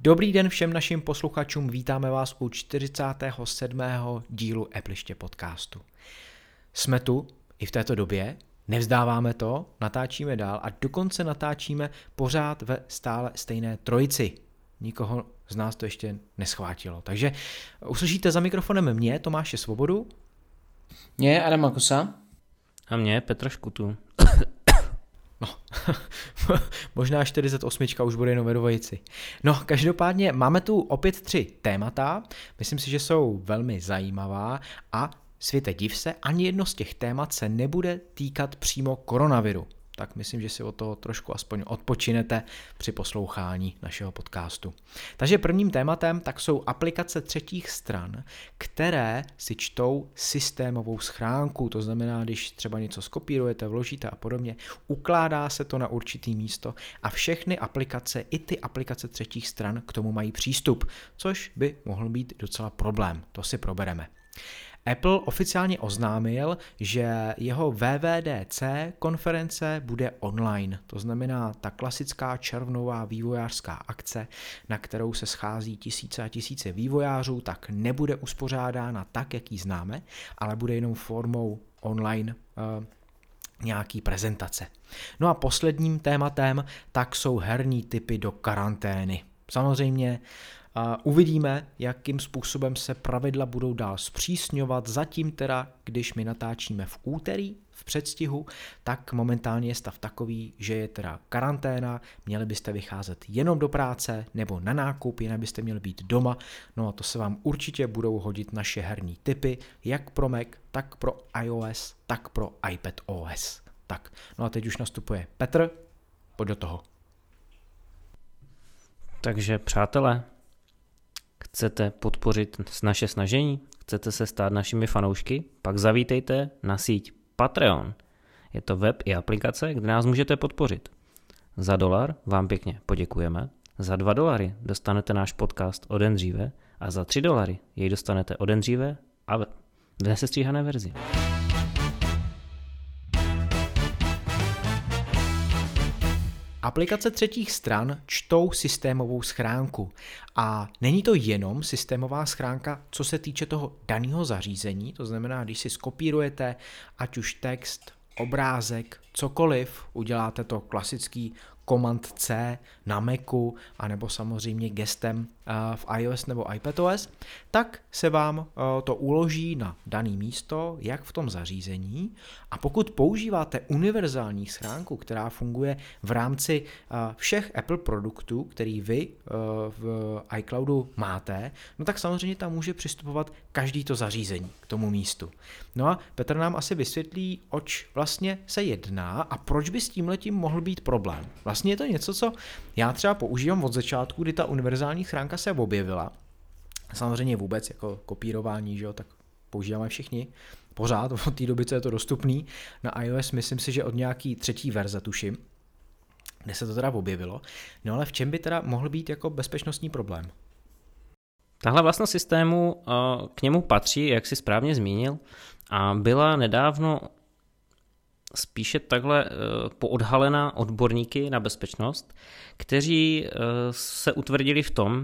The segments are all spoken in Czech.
Dobrý den všem našim posluchačům, vítáme vás u 47. dílu Appliště podcastu. Jsme tu i v této době, nevzdáváme to, natáčíme dál a dokonce natáčíme pořád ve stále stejné trojici. Nikoho z nás to ještě neschvátilo. Takže uslyšíte za mikrofonem mě, Tomáše Svobodu. Mě, Adama Kosa. A mě, Petra Škutu. No, možná 48 už bude jenom ve dvojici. No, každopádně máme tu opět 3 témata, myslím si, že jsou velmi zajímavá a světe div se, ani jedno z těch témat se nebude týkat přímo koronaviru. Tak myslím, že si od toho trošku aspoň odpočinete při poslouchání našeho podcastu. Takže prvním tématem tak jsou aplikace třetích stran, které si čtou systémovou schránku, to znamená, když třeba něco skopírujete, vložíte a podobně, ukládá se to na určitý místo a všechny aplikace, i ty aplikace třetích stran k tomu mají přístup, což by mohl být docela problém, to si probereme. Apple oficiálně oznámil, že jeho WWDC konference bude online, to znamená ta klasická červnová vývojářská akce, na kterou se schází tisíce a tisíce vývojářů, tak nebude uspořádána tak, jak ji známe, ale bude jenom formou online nějaký prezentace. No a posledním tématem tak jsou herní typy do karantény. Samozřejmě uvidíme, jakým způsobem se pravidla budou dál zpřísňovat. Zatím teda, když my natáčíme v úterý v předstihu, tak momentálně je stav takový, že je teda karanténa, měli byste vycházet jenom do práce nebo na nákup, jinak byste měli být doma. No a to se vám určitě budou hodit naše herní typy, jak pro Mac, tak pro iOS, tak pro iPadOS. Tak, no a teď už nastupuje Petr, pojď do toho. Takže přátelé, chcete podpořit naše snažení? Chcete se stát našimi fanoušky? Pak zavítejte na síť Patreon. Je to web i aplikace, kde nás můžete podpořit. Za $1 vám pěkně poděkujeme, za $2 dostanete náš podcast o den dříve a za $3 jej dostanete o den dříve a v nesestříhané verzi. Aplikace třetích stran čtou systémovou schránku a není to jenom systémová schránka, co se týče toho daného zařízení, to znamená, když si skopírujete ať už text, obrázek, cokoliv, uděláte to klasický Command C na Macu, anebo samozřejmě gestem v iOS nebo iPadOS, tak se vám to uloží na dané místo, jak v tom zařízení. A pokud používáte univerzální schránku, která funguje v rámci všech Apple produktů, který vy v iCloudu máte, no tak samozřejmě tam může přistupovat každý to zařízení k tomu místu. No a Petr nám asi vysvětlí, oč vlastně se jedná a proč by s tímhletím mohl být problém. Vlastně je to něco, co já třeba používám od začátku, kdy ta univerzální schránka se objevila. Samozřejmě vůbec jako kopírování, že jo, tak používáme všichni pořád, od té doby, co je to dostupný. Na iOS myslím si, že od nějaký 3. verze tuším, kde se to teda objevilo. No ale v čem by teda mohl být jako bezpečnostní problém? Tahle vlastnost systému k němu patří, jak si správně zmínil, a byla nedávno spíše takhle poodhalena odborníky na bezpečnost, kteří se utvrdili v tom,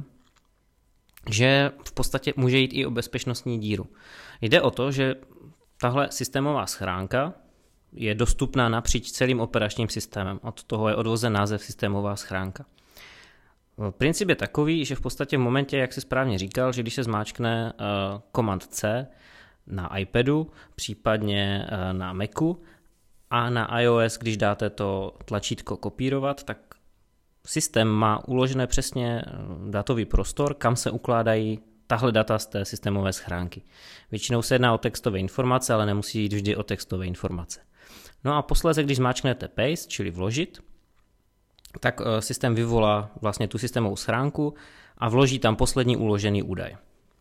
že v podstatě může jít i o bezpečnostní díru. Jde o to, že tahle systémová schránka je dostupná napříč celým operačním systémem. Od toho je odvozen název systémová schránka. Princip je takový, že v podstatě v momentě, jak si správně říkal, že když se zmáčkne Command C na iPadu, případně na Macu, a na iOS, když dáte to tlačítko kopírovat, tak systém má uložené přesně datový prostor, kam se ukládají tahle data z té systémové schránky. Většinou se jedná o textové informace, ale nemusí jít vždy o textové informace. No a posléze, když zmáčknete Paste, čili vložit, tak systém vyvolá vlastně tu systémovou schránku a vloží tam poslední uložený údaj.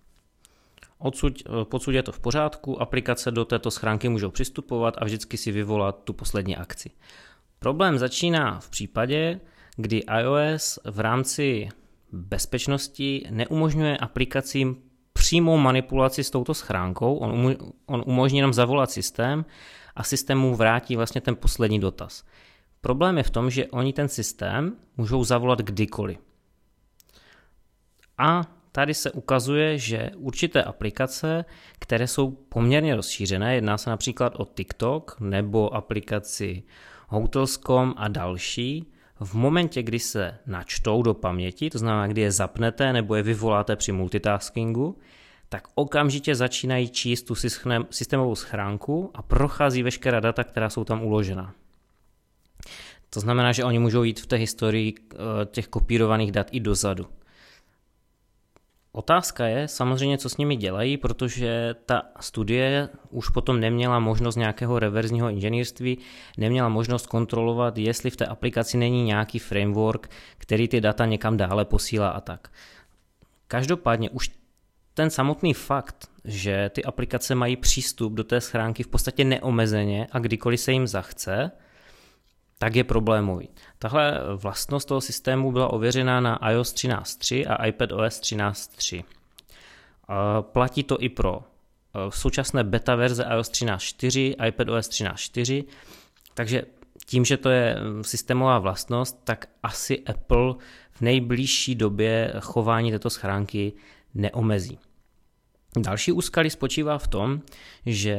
Podsud je to v pořádku, aplikace do této schránky můžou přistupovat a vždycky si vyvolat tu poslední akci. Problém začíná v případě, kdy iOS v rámci bezpečnosti neumožňuje aplikacím přímou manipulaci s touto schránkou, on umožní jenom zavolat systém a systém mu vrátí vlastně ten poslední dotaz. Problém je v tom, že oni ten systém můžou zavolat kdykoliv. A tady se ukazuje, že určité aplikace, které jsou poměrně rozšířené, jedná se například o TikTok nebo aplikaci Hotels.com a další, v momentě, kdy se načtou do paměti, to znamená, kdy je zapnete nebo je vyvoláte při multitaskingu, tak okamžitě začínají číst tu systémovou schránku a prochází veškerá data, která jsou tam uložena. To znamená, že oni můžou jít v té historii těch kopírovaných dat i dozadu. Otázka je samozřejmě, co s nimi dělají, protože ta studie už potom neměla možnost nějakého reverzního inženýrství, neměla možnost kontrolovat, jestli v té aplikaci není nějaký framework, který ty data někam dále posílá a tak. Každopádně už ten samotný fakt, že ty aplikace mají přístup do té schránky v podstatě neomezeně a kdykoliv se jim zachce, tak je problémový. Tahle vlastnost toho systému byla ověřena na iOS 13.3 a iPadOS 13.3. Platí to i pro současné beta verze iOS 13.4, iPadOS 13.4, takže tím, že to je systémová vlastnost, tak asi Apple v nejbližší době chování této schránky neomezí. Další úskalí spočívá v tom, že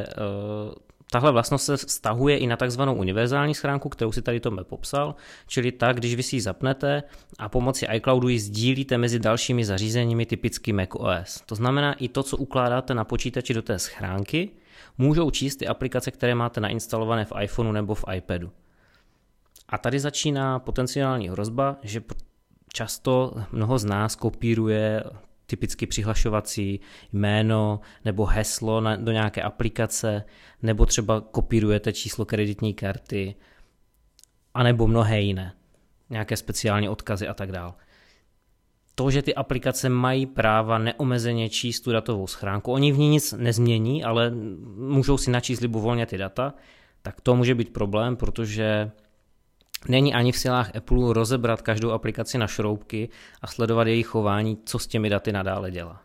tahle vlastnost se vztahuje i na takzvanou univerzální schránku, kterou si tady Tome popsal, čili tak, když vy si ji zapnete a pomocí iCloudu ji sdílíte mezi dalšími zařízeními, typicky macOS. To znamená, i to, co ukládáte na počítači do té schránky, můžou číst ty aplikace, které máte nainstalované v iPhoneu nebo v iPadu. A tady začíná potenciální hrozba, že často mnoho z nás kopíruje typicky přihlašovací jméno nebo heslo do nějaké aplikace, nebo třeba kopírujete číslo kreditní karty, anebo mnohé jiné, nějaké speciální odkazy a tak dále. To, že ty aplikace mají práva neomezeně číst tu datovou schránku, oni v ní nic nezmění, ale můžou si načíst libovolně ty data, tak to může být problém, protože není ani v silách Apple rozebrat každou aplikaci na šroubky a sledovat její chování, co s těmi daty nadále dělá.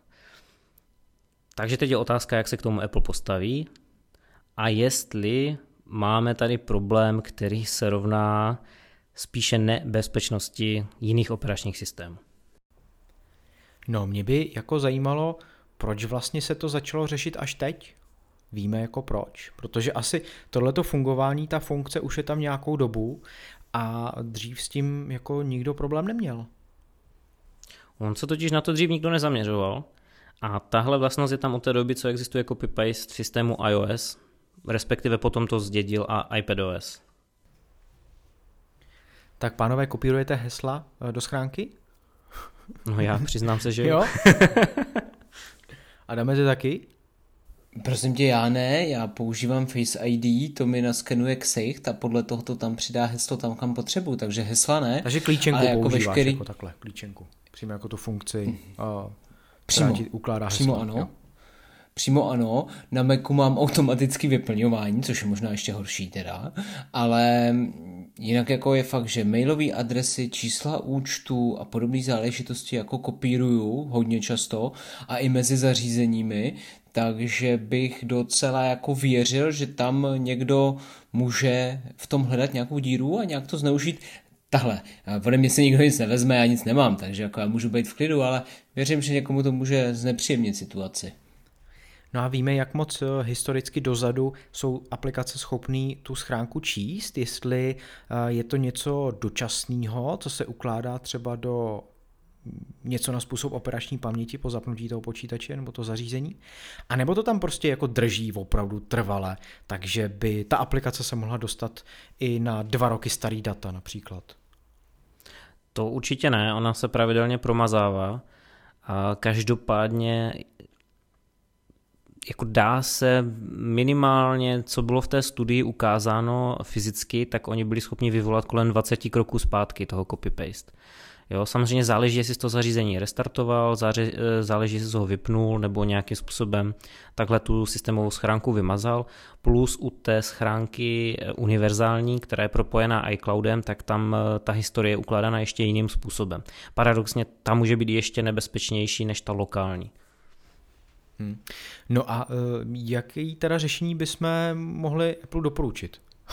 Takže teď je otázka, jak se k tomu Apple postaví a jestli máme tady problém, který se rovná spíše nebezpečnosti jiných operačních systémů. No, mě by jako zajímalo, proč vlastně se to začalo řešit až teď? Víme jako proč? Protože asi tohleto fungování, ta funkce už je tam nějakou dobu a dřív s tím jako nikdo problém neměl. On se totiž na to dřív nikdo nezaměřoval a tahle vlastnost je tam od té doby, co existuje copy-paste v systému iOS, respektive potom to zdědil a iPadOS. Tak pánové, kopírujete hesla do schránky? No já přiznám se, že jo. Adame, ty taky? Prosím tě, já ne, já používám Face ID, to mi naskenuje ksicht a podle toho to tam přidá heslo tam, kam potřebuji, takže hesla ne. Takže klíčenku jako používáš veškerý... jako takhle, klíčenku. Přímo jako tu funkci, přímo, ti ukládá heslo. Přímo ano. Jo. Přímo ano, na Macu mám automatické vyplňování, což je možná ještě horší teda, ale jinak jako je fakt, že mailové adresy, čísla účtu a podobné záležitosti jako kopíruju hodně často a i mezi zařízeními, takže bych docela jako věřil, že tam někdo může v tom hledat nějakou díru a nějak to zneužít. Tahle, ode mě se nikdo nic nevezme, já nic nemám, takže jako já můžu být v klidu, ale věřím, že někomu to může znepříjemnit situaci. No a víme, jak moc historicky dozadu jsou aplikace schopné tu schránku číst, jestli je to něco dočasného, co se ukládá třeba do něco na způsob operační paměti po zapnutí toho počítače nebo to zařízení, a nebo to tam prostě jako drží opravdu trvale, takže by ta aplikace se mohla dostat i na 2 roky starý data například. To určitě ne, ona se pravidelně promazává a každopádně jako dá se minimálně, co bylo v té studii ukázáno fyzicky, tak oni byli schopni vyvolat kolem 20 kroků zpátky toho copy-paste. Jo, samozřejmě záleží, jestli jsi to zařízení restartoval, záleží, jestli jsi ho vypnul nebo nějakým způsobem takhle tu systémovou schránku vymazal, plus u té schránky univerzální, která je propojená iCloudem, tak tam ta historie je ukládána ještě jiným způsobem. Paradoxně ta může být ještě nebezpečnější než ta lokální. No a jaký teda řešení bychom mohli Apple doporučit?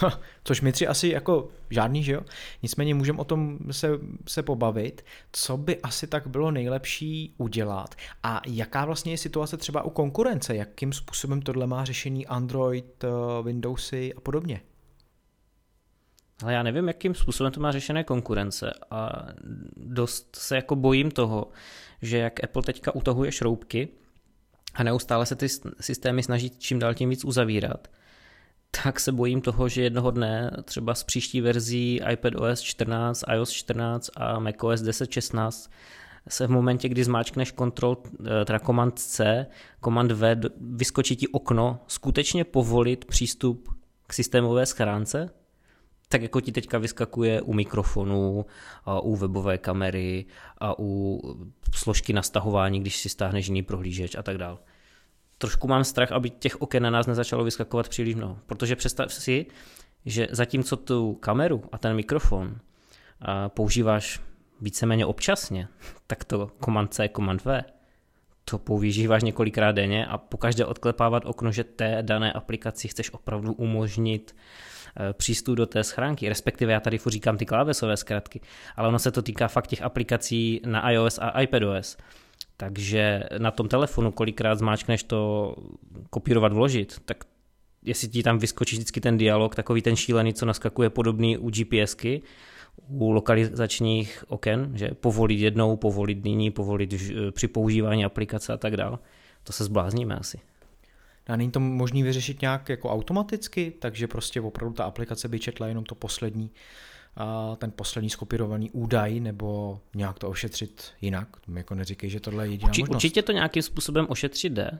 Což my tři asi jako žádný, že jo? Nicméně můžeme o tom se pobavit, co by asi tak bylo nejlepší udělat a jaká vlastně je situace třeba u konkurence, jakým způsobem tohle má řešení Android, Windowsy a podobně. Ale já nevím, jakým způsobem to má řešené konkurence a dost se jako bojím toho, že jak Apple teďka utahuje šroubky a neustále se ty systémy snaží čím dál tím víc uzavírat, tak se bojím toho, že jednoho dne třeba s příští verzí iPadOS 14, iOS 14 a macOS 10.16 se v momentě, kdy zmáčkneš teda Command C, Command V, vyskočí ti okno, skutečně povolit přístup k systémové schránce, tak jako ti teďka vyskakuje u mikrofonu, a u webové kamery a u složky na stahování, když si stáhneš jiný prohlížeč a tak dále. Trošku mám strach, aby těch oken na nás nezačalo vyskakovat příliš mnoho, protože představ si, že zatímco tu kameru a ten mikrofon používáš víceméně občasně, tak to Command C, Command V, to používáš několikrát denně a pokaždé odklepávat okno, že té dané aplikaci chceš opravdu umožnit přístup do té schránky, respektive já tady furt říkám ty klávesové zkratky, ale ono se to týká fakt těch aplikací na iOS a iPadOS. Takže na tom telefonu kolikrát zmáčkneš to kopírovat, vložit, tak jestli ti tam vyskočí vždycky ten dialog, takový ten šílený, co naskakuje podobný u GPSky, u lokalizačních oken, že povolit jednou, povolit nyní, povolit při používání aplikace a tak dále. To se zblázníme asi. A není to možný vyřešit nějak jako automaticky, takže prostě opravdu ta aplikace by četla jenom to poslední, ten poslední skopírovaný údaj, nebo nějak to ošetřit jinak? Mi jako neříkej, že tohle je jediná možnost. Určitě to nějakým způsobem ošetřit jde,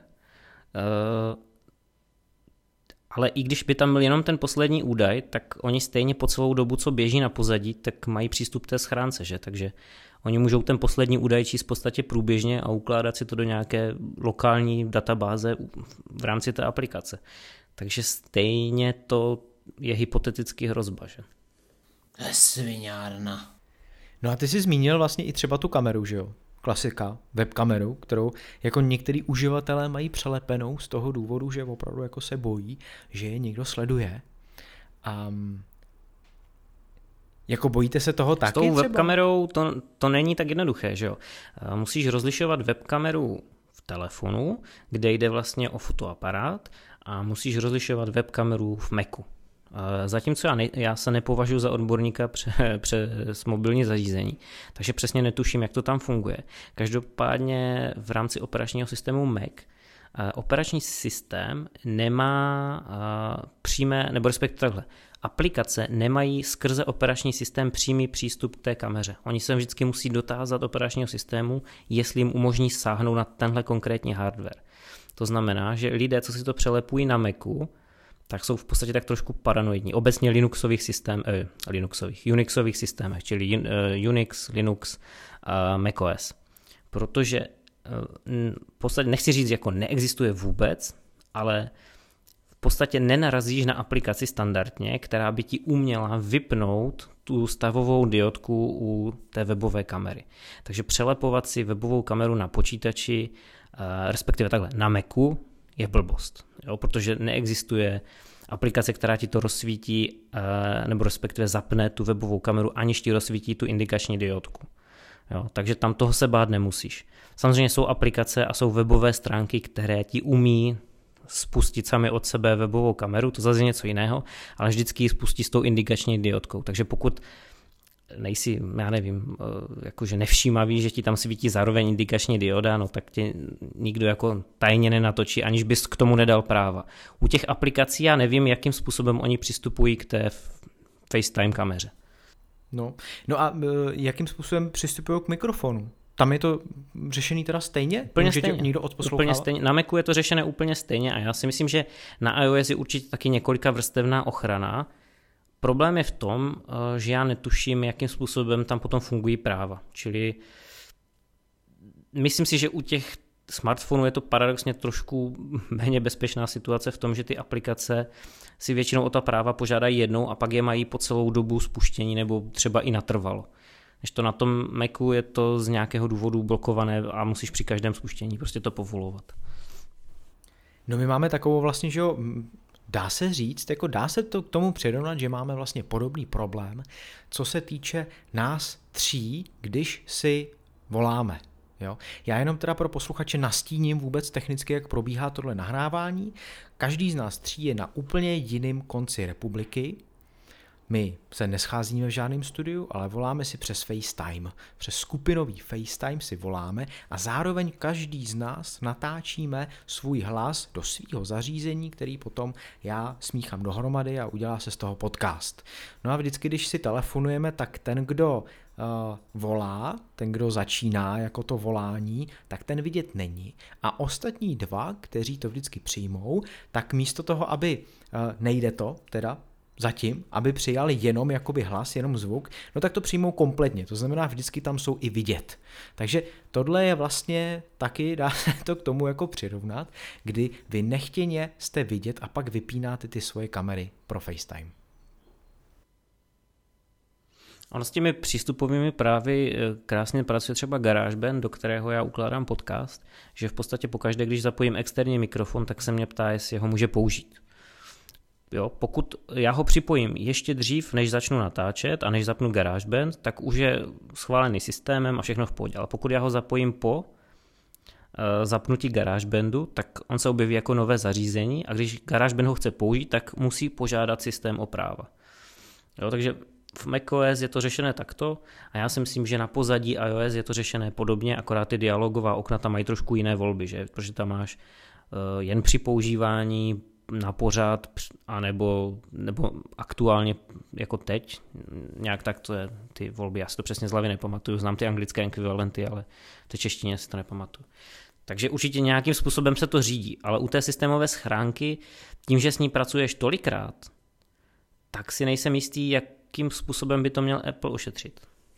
ale i když by tam byl jenom ten poslední údaj, tak oni stejně po celou dobu, co běží na pozadí, tak mají přístup k té schránce, že? Takže oni můžou ten poslední údaj číst v podstatě průběžně a ukládat si to do nějaké lokální databáze v rámci té aplikace. Takže stejně to je hypoteticky hrozba, že? Sviňárna. No a ty jsi zmínil vlastně i třeba tu kameru, že jo? Klasika, webkameru, kterou jako některý uživatelé mají přelepenou z toho důvodu, že opravdu jako se bojí, že je někdo sleduje. Jako bojíte se toho taky třeba? S tou webkamerou to není tak jednoduché, že jo? Musíš rozlišovat webkameru v telefonu, kde jde vlastně o fotoaparát, a musíš rozlišovat webkameru v Macu. Zatímco já se nepovažuji za odborníka přes mobilní zařízení, takže přesně netuším, jak to tam funguje. Každopádně v rámci operačního systému Mac operační systém nemá přímé, nebo respektive takhle, aplikace nemají skrze operační systém přímý přístup k té kameře. Oni se vždycky musí dotázat operačního systému, jestli jim umožní sáhnout na tenhle konkrétní hardware. To znamená, že lidé, co si to přelepují na Macu, tak jsou v podstatě tak trošku paranoidní. Obecně Unixových systémech, čili Unix, Linux, macOS. Protože v podstatě nechci říct, jako neexistuje vůbec, ale v podstatě nenarazíš na aplikaci standardně, která by ti uměla vypnout tu stavovou diodku u té webové kamery. Takže přelepovat si webovou kameru na počítači, respektive takhle, na Macu, je blbost, jo, protože neexistuje aplikace, která ti to rozsvítí, nebo respektive zapne tu webovou kameru, aniž ti rozsvítí tu indikační diodku. Jo, takže tam toho se bát nemusíš. Samozřejmě jsou aplikace a jsou webové stránky, které ti umí spustit sami od sebe webovou kameru, to zase je něco jiného, ale vždycky ji spustí s tou indikační diodkou. Takže pokud nejsi, já nevím, jakože nevšímavý, že ti tam svítí zároveň indikační dioda, no tak tě nikdo jako tajně nenatočí, aniž bys k tomu nedal práva. U těch aplikací já nevím, jakým způsobem oni přistupují k té FaceTime kameře. No a jakým způsobem přistupují k mikrofonu? Tam je to řešený teda stejně? Úplně stejně. Někdo odposlouchávat? Úplně stejně. Na Macu je to řešené úplně stejně a já si myslím, že na iOS je určitě taky několika vrstevná ochrana. Problém je v tom, že já netuším, jakým způsobem tam potom fungují práva. Čili myslím si, že u těch smartphonů je to paradoxně trošku méně bezpečná situace v tom, že ty aplikace si většinou o ta práva požádají jednou a pak je mají po celou dobu spuštění nebo třeba i natrvalo. Než to na tom Macu je to z nějakého důvodu blokované a musíš při každém spuštění prostě to povolovat. No my máme takovou vlastně, že jo, dá se říct, jako dá se to k tomu přirovnat, že máme vlastně podobný problém, co se týče nás tří, když si voláme. Jo? Já jenom teda pro posluchače nastíním vůbec technicky, jak probíhá tohle nahrávání. Každý z nás tří je na úplně jiném konci republiky. My se nescházíme v žádném studiu, ale voláme si přes FaceTime. Přes skupinový FaceTime si voláme a zároveň každý z nás natáčíme svůj hlas do svého zařízení, který potom já smíchám dohromady a udělá se z toho podcast. No a vždycky, když si telefonujeme, tak ten, kdo volá, ten, kdo začíná jako to volání, tak ten vidět není. A ostatní dva, kteří to vždycky přijmou, tak místo toho, aby nejde to, teda zatím, aby přijali jenom jakoby hlas, jenom zvuk, no tak to přijmou kompletně, to znamená vždycky tam jsou i vidět. Takže tohle je vlastně taky, dá se to k tomu jako přirovnat, kdy vy nechtěně jste vidět a pak vypínáte ty svoje kamery pro FaceTime. Ono s těmi přístupovými právy krásně pracuje třeba GarageBand, do kterého já ukládám podcast, že v podstatě pokaždé, když zapojím externí mikrofon, tak se mě ptá, jestli ho může použít. Jo, pokud já ho připojím ještě dřív, než začnu natáčet a než zapnu GarageBand, tak už je schválený systémem a všechno v pohodě. Ale pokud já ho zapojím po zapnutí GarageBandu, tak on se objeví jako nové zařízení a když GarageBand ho chce použít, tak musí požádat systém o práva. Jo, takže v macOS je to řešené takto a já si myslím, že na pozadí iOS je to řešené podobně, akorát ty dialogová okna tam mají trošku jiné volby, že? Protože tam máš jen při používání na pořád, anebo aktuálně jako teď, nějak tak to je ty volby, já si to přesně z hlavy nepamatuju, znám ty anglické ekvivalenty, ale v češtině si to nepamatuju. Takže určitě nějakým způsobem se to řídí, ale u té systémové schránky, tím, že s ní pracuješ tolikrát, tak si nejsem jistý, jakým způsobem by to měl Apple ošetřit.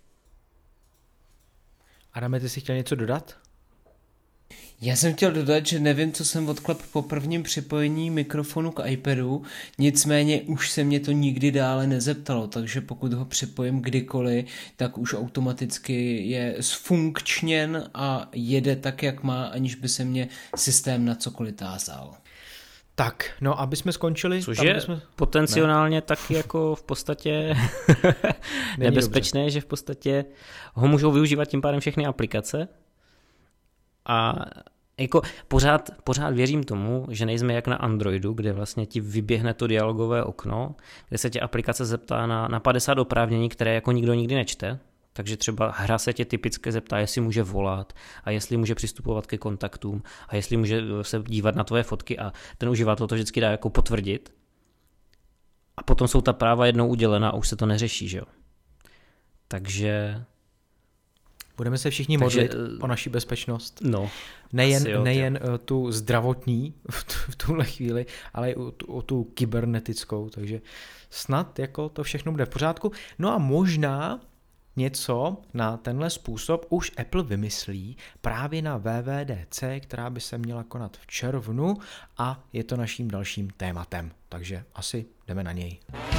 Adame, ty jsi chtěl něco dodat? Já jsem chtěl dodat, že nevím, co jsem odklep po prvním připojení mikrofonu k iPadu, nicméně už se mě to nikdy dále nezeptalo, takže pokud ho připojím kdykoliv, tak už automaticky je zfunkčněn a jede tak, jak má, aniž by se mě systém na cokoliv tázal. Tak, no aby jsme skončili... Což je potenciálně taky jako v podstatě nebezpečné, dobře. Že v podstatě ho můžou využívat tím pádem všechny aplikace. A jako pořád věřím tomu, že nejsme jak na Androidu, kde vlastně ti vyběhne to dialogové okno, kde se tě aplikace zeptá na 50 oprávnění, které jako nikdo nikdy nečte. Takže třeba hra se tě typicky zeptá, jestli může volat a jestli může přistupovat ke kontaktům a jestli může se dívat na tvoje fotky a ten uživatel to vždycky dá jako potvrdit. A potom jsou ta práva jednou udělena a už se to neřeší, že jo. Takže... Budeme se všichni modlit o naši bezpečnost. No, nejen tu zdravotní v tuhle chvíli, ale i o tu kybernetickou, takže snad jako to všechno bude v pořádku. No a možná něco na tenhle způsob už Apple vymyslí právě na WWDC, která by se měla konat v červnu a je to naším dalším tématem, takže asi jdeme na něj.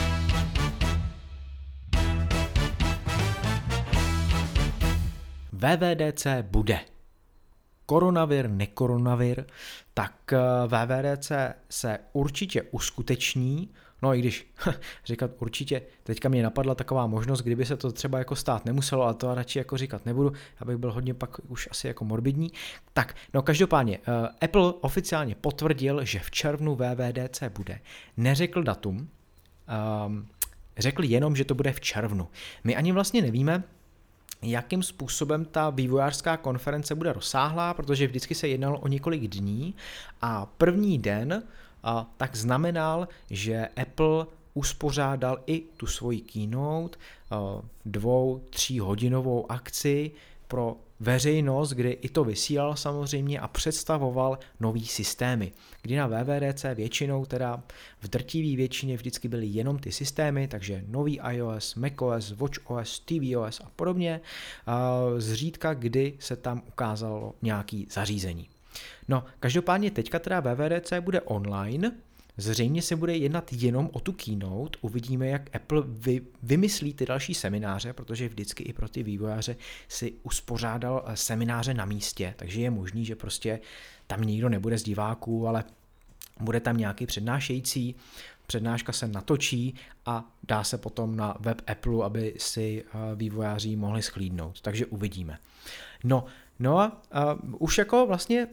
WWDC bude. Koronavir, nekoronavir, tak WWDC se určitě uskuteční, no i když říkat určitě, teďka mě napadla taková možnost, kdyby se to třeba jako stát nemuselo, ale to radši jako říkat nebudu, abych byl hodně pak už asi jako morbidní. Tak, no každopádně, Apple oficiálně potvrdil, že v červnu WWDC bude. Neřekl datum, řekl jenom, že to bude v červnu. My ani vlastně nevíme, jakým způsobem ta vývojářská konference bude rozsáhlá, protože vždycky se jednalo o několik dní a první den tak znamenal, že Apple uspořádal i tu svoji keynote, 2-3 hodinovou akci pro veřejnost, kdy i to vysílal samozřejmě a představoval nový systémy, kdy na WWDC většinou teda v drtivé většině vždycky byly jenom ty systémy, takže nový iOS, macOS, watchOS, tvOS a podobně, zřídka kdy se tam ukázalo nějaký zařízení. No, každopádně teďka teda WWDC bude online, zřejmě se bude jednat jenom o tu keynote, uvidíme, jak Apple vymyslí ty další semináře, protože vždycky i pro ty vývojáře si uspořádal semináře na místě, takže je možný, že prostě tam nikdo nebude z diváků, ale bude tam nějaký přednášející, přednáška se natočí a dá se potom na web Apple, aby si vývojáři mohli shlídnout. Takže uvidíme. No a už jako vlastně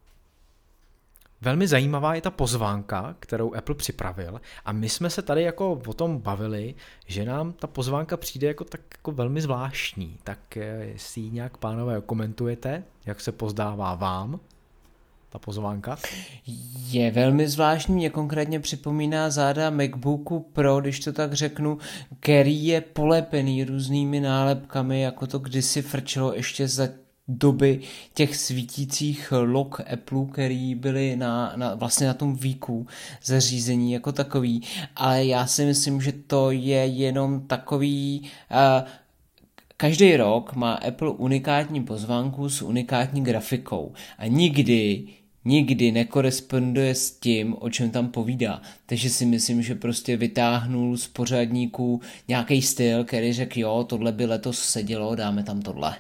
velmi zajímavá je ta pozvánka, kterou Apple připravil a my jsme se tady jako o tom bavili, že nám ta pozvánka přijde jako tak jako velmi zvláštní. Tak jestli ji nějak, pánové, komentujete, jak se pozdává vám ta pozvánka? Je velmi zvláštní, mě konkrétně připomíná záda MacBooku Pro, když to tak řeknu, který je polepený různými nálepkami, jako to kdysi frčelo ještě za doby těch svítících log Apple, který byly vlastně na tom výku zařízení jako takový, ale já si myslím, že to je jenom takový... Každý rok má Apple unikátní pozvánku s unikátní grafikou a nikdy nekoresponduje s tím, o čem tam povídá. Takže si myslím, že prostě vytáhnul z pořadníků nějaký styl, který řekl, jo, tohle by letos sedělo, dáme tam tohle.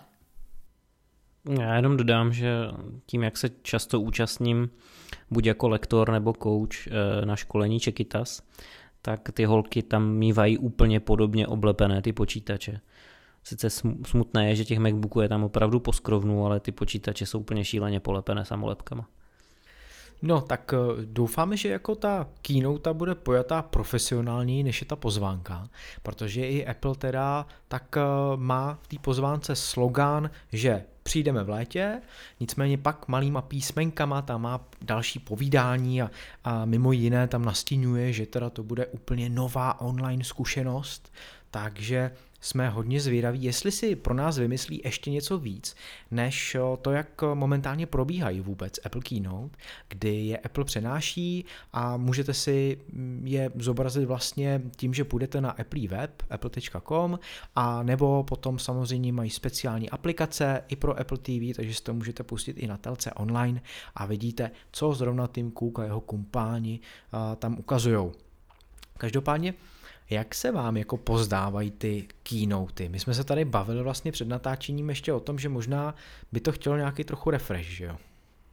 Já jenom dodám, že tím, jak se často účastním, buď jako lektor nebo coach na školení Čekytas, tak ty holky tam mívají úplně podobně oblepené ty počítače. Sice smutné je, že těch MacBooků je tam opravdu poskrovnu, ale ty počítače jsou úplně šíleně polepené samolepkama. No tak doufáme, že jako ta keynote bude pojatá profesionální, než je ta pozvánka, protože i Apple teda tak má v té pozvánce slogan, že přijdeme v létě, nicméně pak malýma písmenkama tam má další povídání a mimo jiné tam nastíňuje, že teda to bude úplně nová online zkušenost, takže jsme hodně zvědaví, jestli si pro nás vymyslí ještě něco víc, než to, jak momentálně probíhají vůbec Apple Keynote, kdy je Apple přenáší a můžete si je zobrazit vlastně tím, že půjdete na Apple web, apple.com, a nebo potom samozřejmě mají speciální aplikace i pro Apple TV, takže si to můžete pustit i na telce online a vidíte, co zrovna Tim Cook a jeho kumpáni tam ukazujou. Každopádně, jak se vám jako pozdávají ty keynoty? My jsme se tady bavili vlastně před natáčením ještě o tom, že možná by to chtělo nějaký trochu refresh, že jo?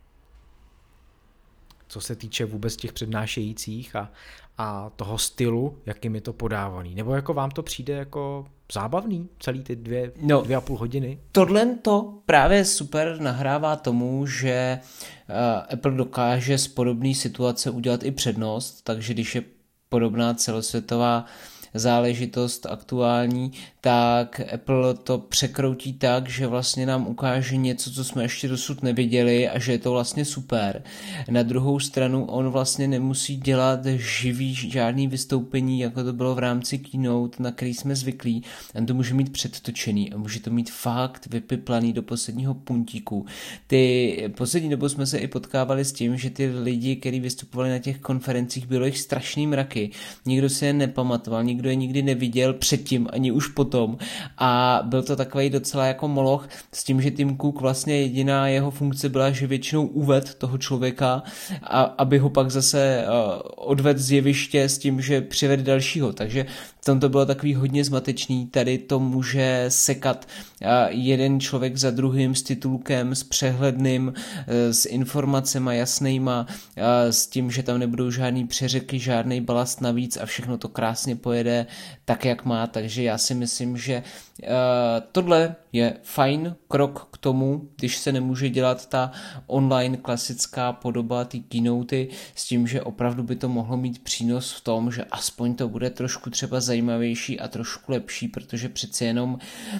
Co se týče vůbec těch přednášejících a toho stylu, jakým je to podávaný. Nebo jako vám to přijde jako zábavný celý ty 2,5 hodiny? Tohle to právě super nahrává tomu, že Apple dokáže z podobné situace udělat i přednost, takže když je podobná celosvětová záležitost aktuální, tak Apple to překroutí tak, že vlastně nám ukáže něco, co jsme ještě dosud neviděli a že je to vlastně super. Na druhou stranu on vlastně nemusí dělat žádný vystoupení, jako to bylo v rámci keynote, na který jsme zvyklí. On to může mít předtočený a může to mít fakt vypiplaný do posledního puntíku. Poslední dobou jsme se i potkávali s tím, že ty lidi, kteří vystupovali na těch konferencích, bylo jich strašný mraky. Nikdo si je nepamatoval, nikdo je nikdy neviděl předtím, ani už potom. A byl to takový docela jako moloch s tím, že Tim Cook vlastně jediná jeho funkce byla, že většinou uved toho člověka, aby ho pak zase odvedl z jeviště s tím, že přived dalšího. Takže tam to bylo takový hodně zmatečný. Tady to může sekat jeden člověk za druhým s titulkem, s přehledným, s informacema jasnejma, s tím, že tam nebudou žádný přeřeky, žádný balast navíc a všechno to krásně pojede tak, jak má. Takže já si myslím, že tohle je fajn krok k tomu, když se nemůže dělat ta online klasická podoba, ty keynoty, s tím, že opravdu by to mohlo mít přínos v tom, že aspoň to bude trošku třeba zajímavější a trošku lepší, protože přeci jenom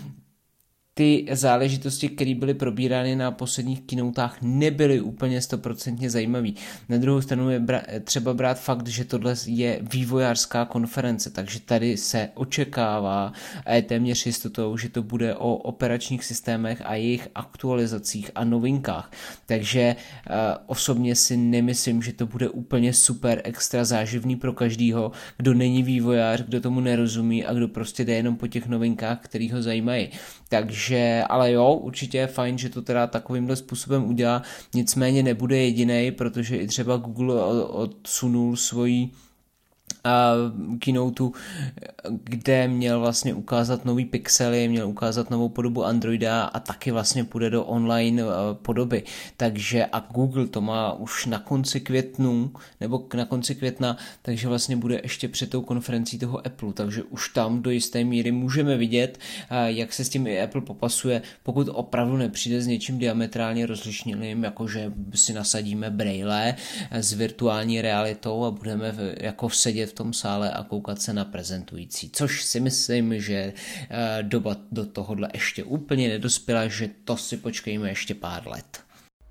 ty záležitosti, které byly probírány na posledních keynotách, nebyly úplně 100% zajímavý. Na druhou stranu je třeba brát fakt, že tohle je vývojářská konference, takže tady se očekává a je téměř jistotou, že to bude o operačních systémech a jejich aktualizacích a novinkách. Takže osobně si nemyslím, že to bude úplně super extra záživný pro každýho, kdo není vývojář, kdo tomu nerozumí a kdo prostě jde jenom po těch novinkách, který ho zajímají. Takže, ale jo, určitě je fajn, že to teda takovýmhle způsobem udělá, nicméně nebude jedinej, protože i třeba Google odsunul svoji keynoteu, kde měl vlastně ukázat nový pixely, měl ukázat novou podobu Androida a taky vlastně půjde do online podoby. Takže a Google to má už na konci května, takže vlastně bude ještě před tou konferencí toho Apple, takže už tam do jisté míry můžeme vidět, jak se s tím i Apple popasuje, pokud opravdu nepřijde s něčím diametrálně rozlišným, jakože si nasadíme brejle s virtuální realitou a budeme jako sedět v tom sále a koukat se na prezentující, což si myslím, že doba do tohohle ještě úplně nedospěla, že to si počkejme ještě pár let.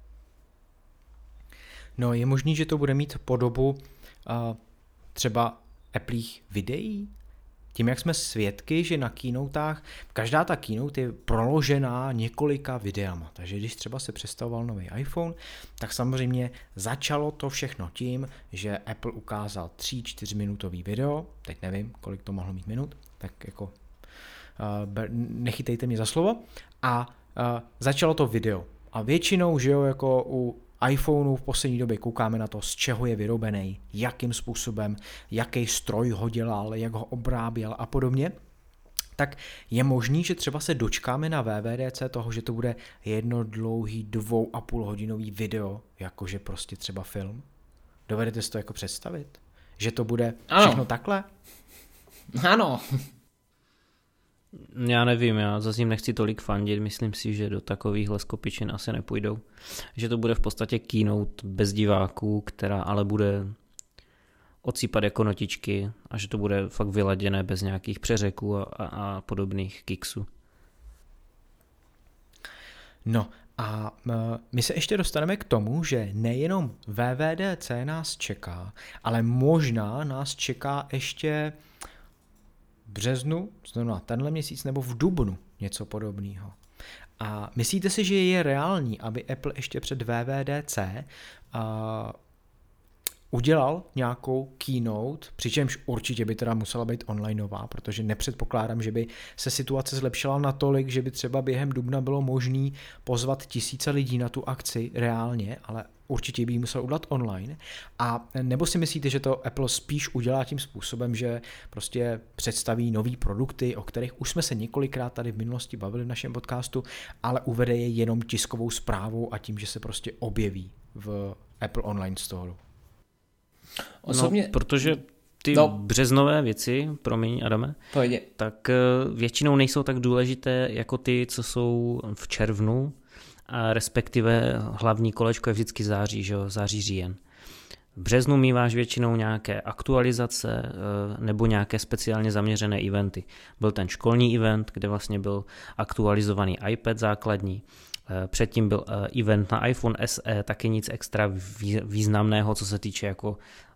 No, je možný, že to bude mít podobu třeba Appleích videí? Tím, jak jsme svědky, že na keynotách, každá ta keynote je proložená několika videama, takže když třeba se představoval nový iPhone, tak samozřejmě začalo to všechno tím, že Apple ukázal 3-4 minutový video, teď nevím, kolik to mohlo mít minut, tak jako nechytejte mě za slovo, a začalo to video. A většinou, že jo, jako u iPhoneu v poslední době koukáme na to, z čeho je vyrobený, jakým způsobem, jaký stroj ho dělal, jak ho obráběl a podobně, tak je možný, že třeba se dočkáme na WWDC toho, že to bude jedno dlouhý 2,5 hodinový video, jakože prostě třeba film. Dovedete si to jako představit? Že to bude všechno takhle? Ano. Já nevím, já zase jim nechci tolik fandit, myslím si, že do takovýchhle skopičin asi nepůjdou. Že to bude v podstatě keynote bez diváků, která ale bude odsýpat jako notičky a že to bude fakt vyladěné bez nějakých přeřeků a podobných kiksů. No a my se ještě dostaneme k tomu, že nejenom WWDC nás čeká, ale možná nás čeká ještě v březnu, znamená tenhle měsíc, nebo v dubnu něco podobného. A myslíte si, že je reálný, aby Apple ještě před WWDC udělal nějakou keynote, přičemž určitě by teda musela být onlineová, protože nepředpokládám, že by se situace zlepšila natolik, že by třeba během dubna bylo možné pozvat tisíce lidí na tu akci reálně, ale určitě by ji musel udělat online. A nebo si myslíte, že to Apple spíš udělá tím způsobem, že prostě představí nový produkty, o kterých už jsme se několikrát tady v minulosti bavili v našem podcastu, ale uvede je jenom tiskovou zprávou a tím, že se prostě objeví v Apple Online Store? Osobně... No, protože ty březnové věci, promiň Adame, tak většinou nejsou tak důležité jako ty, co jsou v červnu, a respektive hlavní kolečko je vždycky září, že jo? Září, říjen. V březnu míváš většinou nějaké aktualizace nebo nějaké speciálně zaměřené eventy. Byl ten školní event, kde vlastně byl aktualizovaný iPad základní, předtím byl event na iPhone SE, taky nic extra významného, co se týče jako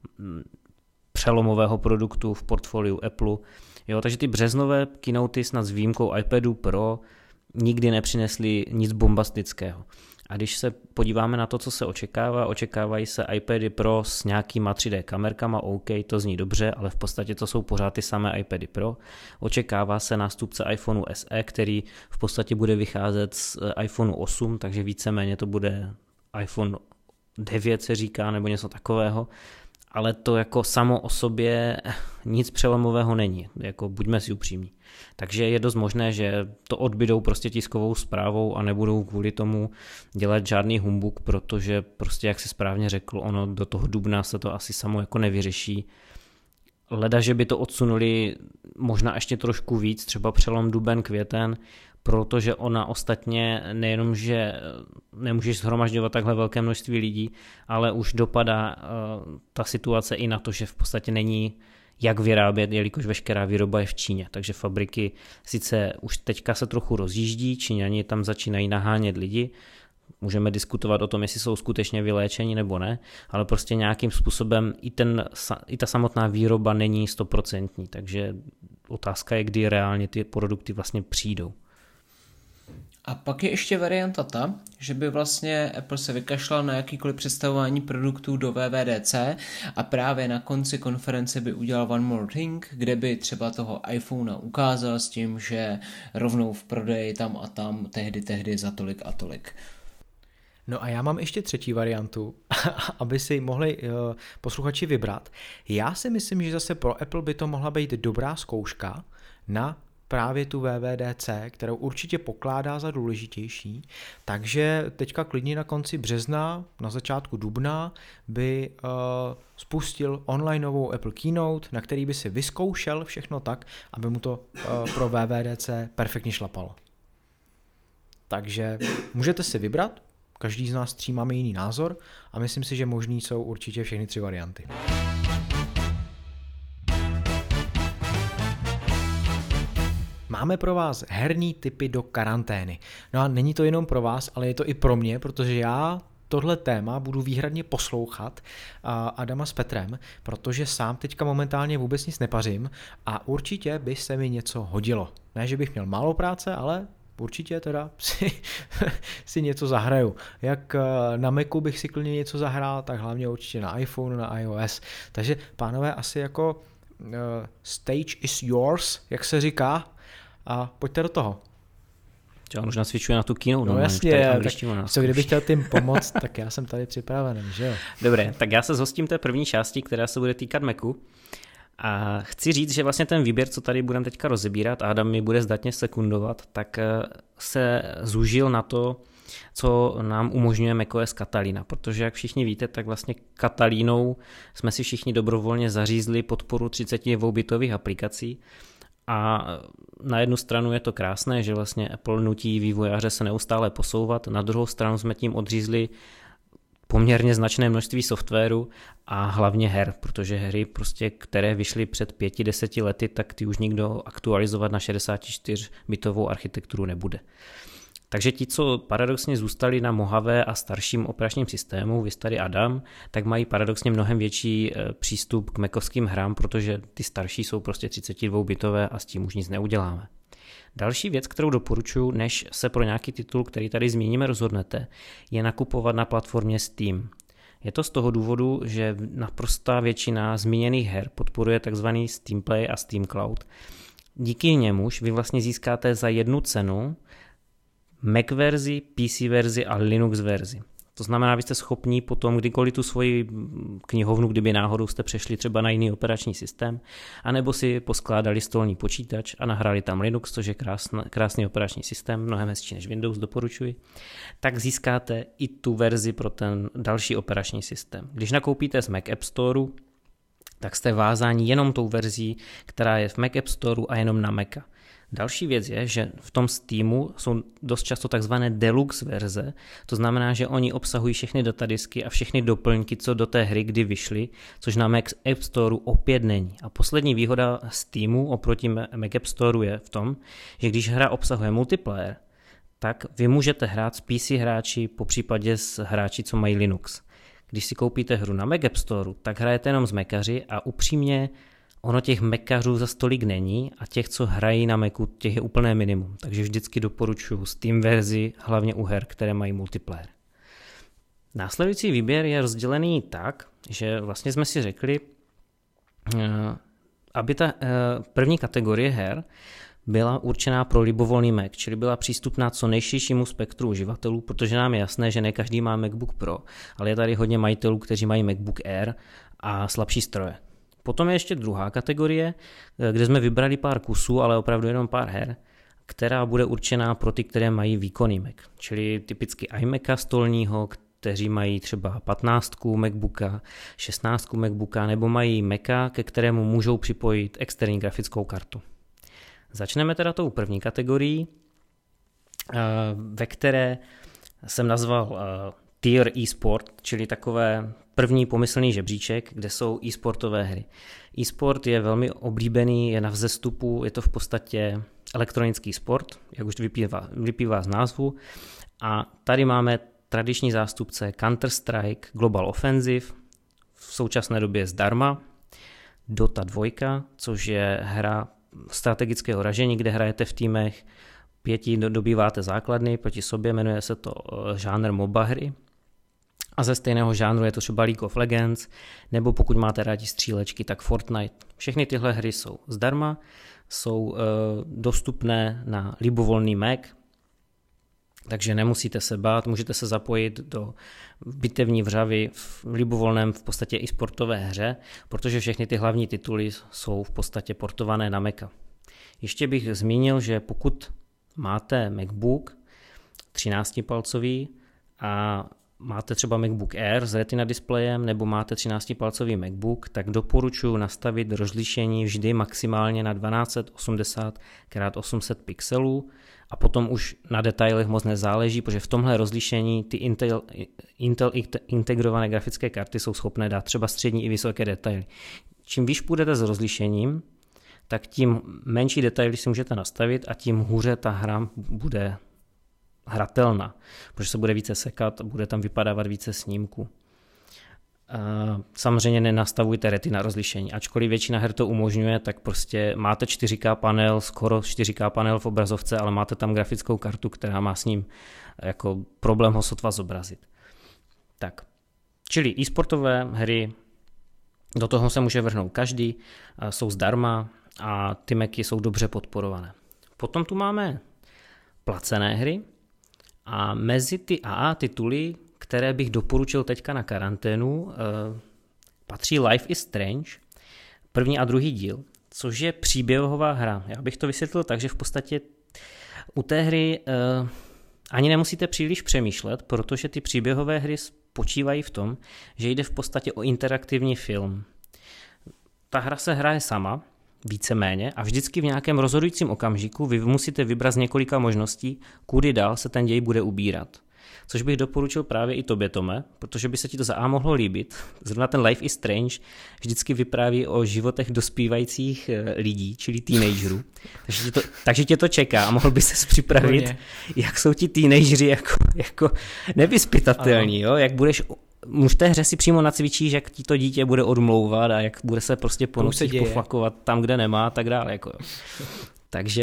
přelomového produktu v portfoliu Apple. Jo, takže ty březnové keynoty snad s výjimkou iPadu Pro nikdy nepřinesly nic bombastického. A když se podíváme na to, co se očekává, očekávají se iPady Pro s nějakýma 3D kamerkama, OK, to zní dobře, ale v podstatě to jsou pořád ty samé iPady Pro. Očekává se nástupce iPhoneu SE, který v podstatě bude vycházet z iPhoneu 8, takže víceméně to bude iPhone 9 se říká, nebo něco takového. Ale to jako samo o sobě nic přelomového není, jako buďme si upřímní. Takže je dost možné, že to odbydou prostě tiskovou zprávou a nebudou kvůli tomu dělat žádný humbuk, protože prostě, jak se správně řekl, ono do toho dubna se to asi samo jako nevyřeší. Leda, že by to odsunuli možná ještě trošku víc, třeba přelom duben, květen, protože ona ostatně nejenom, že nemůžeš shromažďovat takhle velké množství lidí, ale už dopadá ta situace i na to, že v podstatě není jak vyrábět, jelikož veškerá výroba je v Číně. Takže fabriky sice už teďka se trochu rozjíždí, Číňani tam začínají nahánět lidi, můžeme diskutovat o tom, jestli jsou skutečně vyléčeni nebo ne, ale prostě nějakým způsobem i ta samotná výroba není 100%, takže otázka je, kdy reálně ty produkty vlastně přijdou. A pak je ještě varianta ta, že by vlastně Apple se vykašlal na jakýkoliv představování produktů do WWDC a právě na konci konference by udělal One More Thing, kde by třeba toho iPhonea ukázal s tím, že rovnou v prodeji tam a tam, tehdy za tolik a tolik. No a já mám ještě třetí variantu, aby si mohli posluchači vybrat. Já si myslím, že zase pro Apple by to mohla být dobrá zkouška na právě tu WWDC, kterou určitě pokládá za důležitější, takže teďka klidně na konci března, na začátku dubna by spustil onlineovou Apple Keynote, na který by si vyzkoušel všechno tak, aby mu to pro WWDC perfektně šlapalo. Takže můžete si vybrat, každý z nás tří máme jiný názor a myslím si, že možný jsou určitě všechny tři varianty. Máme pro vás herní tipy do karantény. No a není to jenom pro vás, ale je to i pro mě, protože já tohle téma budu výhradně poslouchat Adama s Petrem, protože sám teďka momentálně vůbec nic nepařím a určitě by se mi něco hodilo. Ne, že bych měl málo práce, ale určitě teda si něco zahraju. Jak na Macu bych si klidně něco zahrál, tak hlavně určitě na iPhone, na iOS. Takže pánové, asi jako stage is yours, jak se říká, a pojďte do toho. On už nacvičuje na tu keynote. No jasně, tak co kdybych chtěl tím pomoct, tak já jsem tady připravený, že jo? Dobré, tak já se zhostím té první části, která se bude týkat Macu. A chci říct, že vlastně ten výběr, co tady budeme teďka rozebírat, a Adam mi bude zdatně sekundovat, tak se zúžil na to, co nám umožňuje macOS Catalina, protože jak všichni víte, tak vlastně Catalínou jsme si všichni dobrovolně zařízli podporu 32-bitových aplikací. A na jednu stranu je to krásné, že vlastně Apple nutí vývojáře se neustále posouvat, na druhou stranu jsme tím odřízli poměrně značné množství softwaru a hlavně her, protože hry, prostě, které vyšly před 5-10 lety, tak ty už nikdo aktualizovat na 64-bitovou architekturu nebude. Takže ti, co paradoxně zůstali na Mojave a starším operačním systému, vy tady Adam, tak mají paradoxně mnohem větší přístup k macovským hrám, protože ty starší jsou prostě 32-bitové a s tím už nic neuděláme. Další věc, kterou doporučuji, než se pro nějaký titul, který tady zmíníme, rozhodnete, je nakupovat na platformě Steam. Je to z toho důvodu, že naprostá většina zmíněných her podporuje tzv. Steam Play a Steam Cloud. Díky němuž vy vlastně získáte za jednu cenu Mac verzi, PC verzi a Linux verzi. To znamená, vy jste schopni potom kdykoliv tu svoji knihovnu, kdyby náhodou jste přešli třeba na jiný operační systém, anebo si poskládali stolní počítač a nahráli tam Linux, což je krásný operační systém, mnohem hezčí než Windows, doporučuji, tak získáte i tu verzi pro ten další operační systém. Když nakoupíte z Mac App Storeu, tak jste vázáni jenom tou verzí, která je v Mac App Storeu a jenom na Maca. Další věc je, že v tom Steamu jsou dost často takzvané deluxe verze, to znamená, že oni obsahují všechny datadisky a všechny doplňky, co do té hry kdy vyšly, což na Mac App Storeu opět není. A poslední výhoda Steamu oproti Mac App Storeu je v tom, že když hra obsahuje multiplayer, tak vy můžete hrát s PC hráči, popřípadě s hráči, co mají Linux. Když si koupíte hru na Mac App Storeu, tak hrajete jenom s Macaři a upřímně ono těch Macařů za stolik není a těch, co hrají na Macu, těch je úplné minimum. Takže vždycky doporučuji Steam verzi, hlavně u her, které mají multiplayer. Následující výběr je rozdělený tak, že vlastně jsme si řekli, aby ta první kategorie her byla určená pro libovolný Mac, čili byla přístupná co nejširšímu spektru uživatelů, protože nám je jasné, že ne každý má MacBook Pro, ale je tady hodně majitelů, kteří mají MacBook Air a slabší stroje. Potom je ještě druhá kategorie, kde jsme vybrali pár kusů, ale opravdu jenom pár her, která bude určená pro ty, které mají výkonný Mac, čili typicky iMaca stolního, kteří mají třeba 15 MacBooka, 16 MacBooka, nebo mají Maca, ke kterému můžou připojit externí grafickou kartu. Začneme teda tou první kategorií, ve které jsem nazval Tier eSport, čili takové první pomyslný žebříček, kde jsou e-sportové hry. E-sport je velmi oblíbený, je na vzestupu, je to v podstatě elektronický sport, jak už vyplývá z názvu. A tady máme tradiční zástupce Counter-Strike, Global Offensive, v současné době zdarma, Dota 2, což je hra strategického ražení, kde hrajete v týmech 5, dobýváte základny proti sobě, jmenuje se to žánr MOBA hry. A ze stejného žánru je to třeba League of Legends, nebo pokud máte rádi střílečky, tak Fortnite. Všechny tyhle hry jsou zdarma, jsou dostupné na libovolný Mac Takže nemusíte se bát, můžete se zapojit do bitevní vřavy v libovolném v podstatě i sportové hře, protože všechny ty hlavní tituly jsou v podstatě portované na Maca. Ještě bych zmínil, že pokud máte MacBook 13-palcový a máte třeba MacBook Air s Retina displejem nebo máte 13-palcový MacBook, tak doporučuji nastavit rozlišení vždy maximálně na 1280x800 pixelů a potom už na detailech moc nezáleží, protože v tomhle rozlišení ty Intel integrované grafické karty jsou schopné dát třeba střední i vysoké detaily. Čím výš půjdete s rozlišením, tak tím menší detaily si můžete nastavit a tím hůře ta hra bude hratelná, protože se bude více sekat, bude tam vypadávat více snímků. Samozřejmě nenastavujte retina rozlišení, ačkoliv většina her to umožňuje, tak prostě máte 4K panel, skoro 4K panel v obrazovce, ale máte tam grafickou kartu, která má s ním jako problém ho sotva zobrazit. Tak, čili e-sportové hry, do toho se může vrhnout každý, jsou zdarma a ty Macy jsou dobře podporované. Potom tu máme placené hry a mezi ty AA tituly, které bych doporučil teďka na karanténu, patří Life is Strange, první a druhý díl, což je příběhová hra. Já bych to vysvětlil tak, že v podstatě u té hry ani nemusíte příliš přemýšlet, protože ty příběhové hry spočívají v tom, že jde v podstatě o interaktivní film. Ta hra se hraje sama, víceméně, a vždycky v nějakém rozhodujícím okamžiku vy musíte vybrat z několika možností, kudy dál se ten děj bude ubírat. Což bych doporučil právě i tobě, Tome, protože by se ti to za A mohlo líbit. Zrovna ten Life is Strange vždycky vypráví o životech dospívajících lidí, čili teenagerů. Takže tě to čeká a mohl by ses připravit, jak jsou ti teenageři jako nevyzpytatelní, jo? Jak budeš už v té hře si přímo nacvičíš, jak ti to dítě bude odmlouvat a jak bude se prostě po nocích poflakovat tam, kde nemá a tak dále. Jako. Takže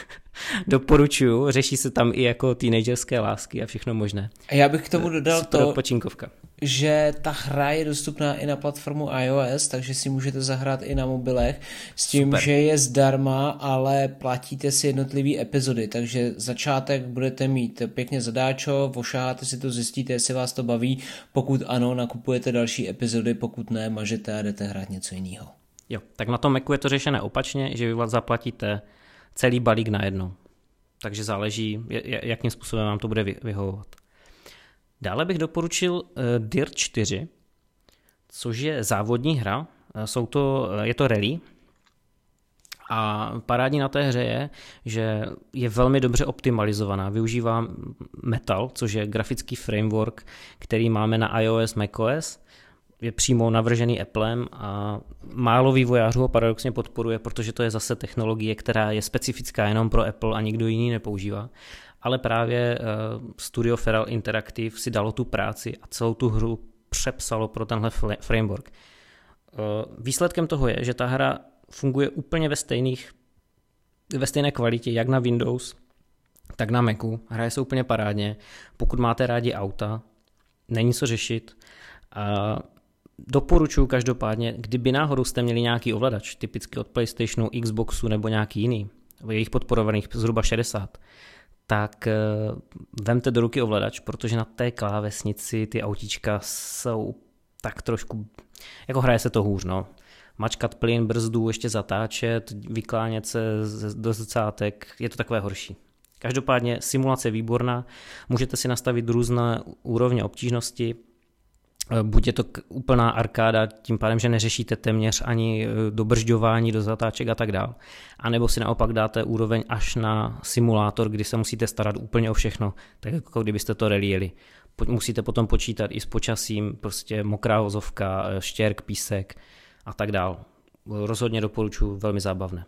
doporučuju, řeší se tam i jako teenagerské lásky a všechno možné. A já bych k tomu dodal to, odpočinkovka. Že ta hra je dostupná i na platformu iOS, takže si můžete zahrát i na mobilech s tím, super, že je zdarma, ale platíte si jednotlivý epizody, takže začátek budete mít pěkně zadáčo, vošáháte si to, zjistíte, jestli vás to baví, pokud ano, nakupujete další epizody, pokud ne, mažete a jdete hrát něco jiného. Jo, tak na tom Macu je to řešené opačně, že vy zaplatíte celý balík najednou. Takže záleží, jakým způsobem vám to bude vyhovovat. Dále bych doporučil Dirt 4, což je závodní hra. Je to rally. A parádní na té hře je, že je velmi dobře optimalizovaná. Využívá Metal, což je grafický framework, který máme na iOS, macOS. Je přímo navržený Applem a málo vývojářů ho paradoxně podporuje, protože to je zase technologie, která je specifická jenom pro Apple a nikdo jiný nepoužívá. Ale právě Studio Feral Interactive si dalo tu práci a celou tu hru přepsalo pro tenhle framework. Výsledkem toho je, že ta hra funguje úplně ve stejné kvalitě, jak na Windows, tak na Macu. Hraje se úplně parádně. Pokud máte rádi auta, není co řešit. Doporučuji každopádně, kdyby náhodou jste měli nějaký ovladač, typicky od PlayStationu, Xboxu nebo nějaký jiný, je jich podporovaných zhruba 60, tak vemte do ruky ovladač, protože na té klávesnici ty autíčka jsou tak trošku, jako hraje se to hůř, no. Mačkat plyn, brzdu, ještě zatáčet, vyklánět se do zrcátek, je to takové horší. Každopádně simulace je výborná, můžete si nastavit různé úrovně obtížnosti, buď je to úplná arkáda, tím pádem, že neřešíte téměř ani dobržďování do zatáček a tak dál. A nebo si naopak dáte úroveň až na simulátor, kdy se musíte starat úplně o všechno, tak jako kdybyste to rally jeli. Musíte potom počítat i s počasím, prostě mokrá vozovka, štěrk, písek a tak dál. Rozhodně doporučuji, velmi zábavné.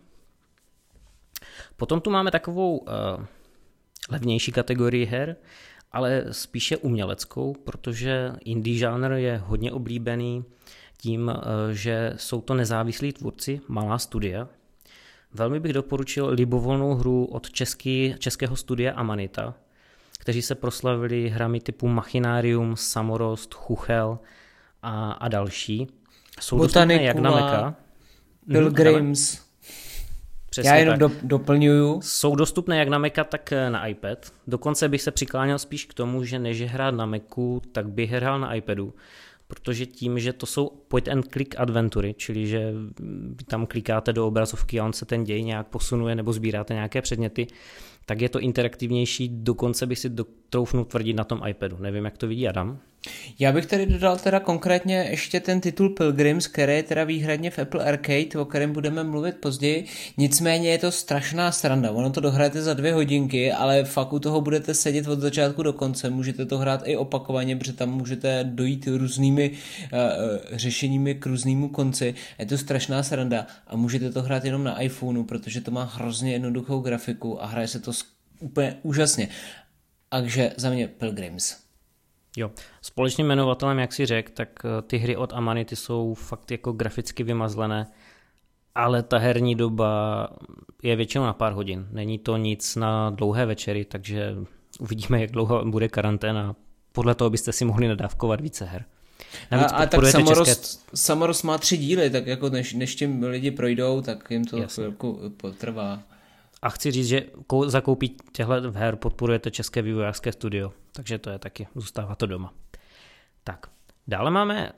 Potom tu máme takovou levnější kategorii her, ale spíše uměleckou, protože indie žánr je hodně oblíbený tím, že jsou to nezávislí tvůrci, malá studia. Velmi bych doporučil libovolnou hru od českého studia Amanita, kteří se proslavili hrami typu Machinarium, Samorost, Chuchel a další. Jsou dostupné jak na Maca. Pilgrims. Přesně já jenom tak. Doplňuju. Jsou dostupné jak na Maca, tak na iPad. Dokonce bych se přikláněl spíš k tomu, že než hrát na Macu, tak bych hrál na iPadu. Protože tím, že to jsou point and click adventury, čili že tam klikáte do obrazovky a on se ten děj nějak posunuje nebo sbíráte nějaké předměty, tak je to interaktivnější, dokonce bych si troufnul tvrdit na tom iPadu. Nevím, jak to vidí Adam. Já bych tady dodal teda konkrétně ještě ten titul Pilgrims, který je teda výhradně v Apple Arcade, o kterém budeme mluvit později. Nicméně je to strašná sranda. Ono to dohrajete za 2 hodinky, ale fakt u toho budete sedět od začátku do konce. Můžete to hrát i opakovaně, protože tam můžete dojít různými řešeními k různému konci. Je to strašná sranda a můžete to hrát jenom na iPhoneu, protože to má hrozně jednoduchou grafiku a hraje se to úplně úžasně. Takže za mě Pilgrims. Jo, společným jmenovatelem, jak si řekl, tak ty hry od Amanity jsou fakt jako graficky vymazlené, ale ta herní doba je většinou na pár hodin. Není to nic na dlouhé večery, takže uvidíme, jak dlouho bude karanténa. Podle toho byste si mohli nadávkovat více her. A tak Samorost má 3 díly, tak jako než tím lidi projdou, tak jim to chvilku potrvá. A chci říct, že za koupí těchto her podporujete české vývojářské studio, takže to je taky, zůstává to doma. Tak, dále máme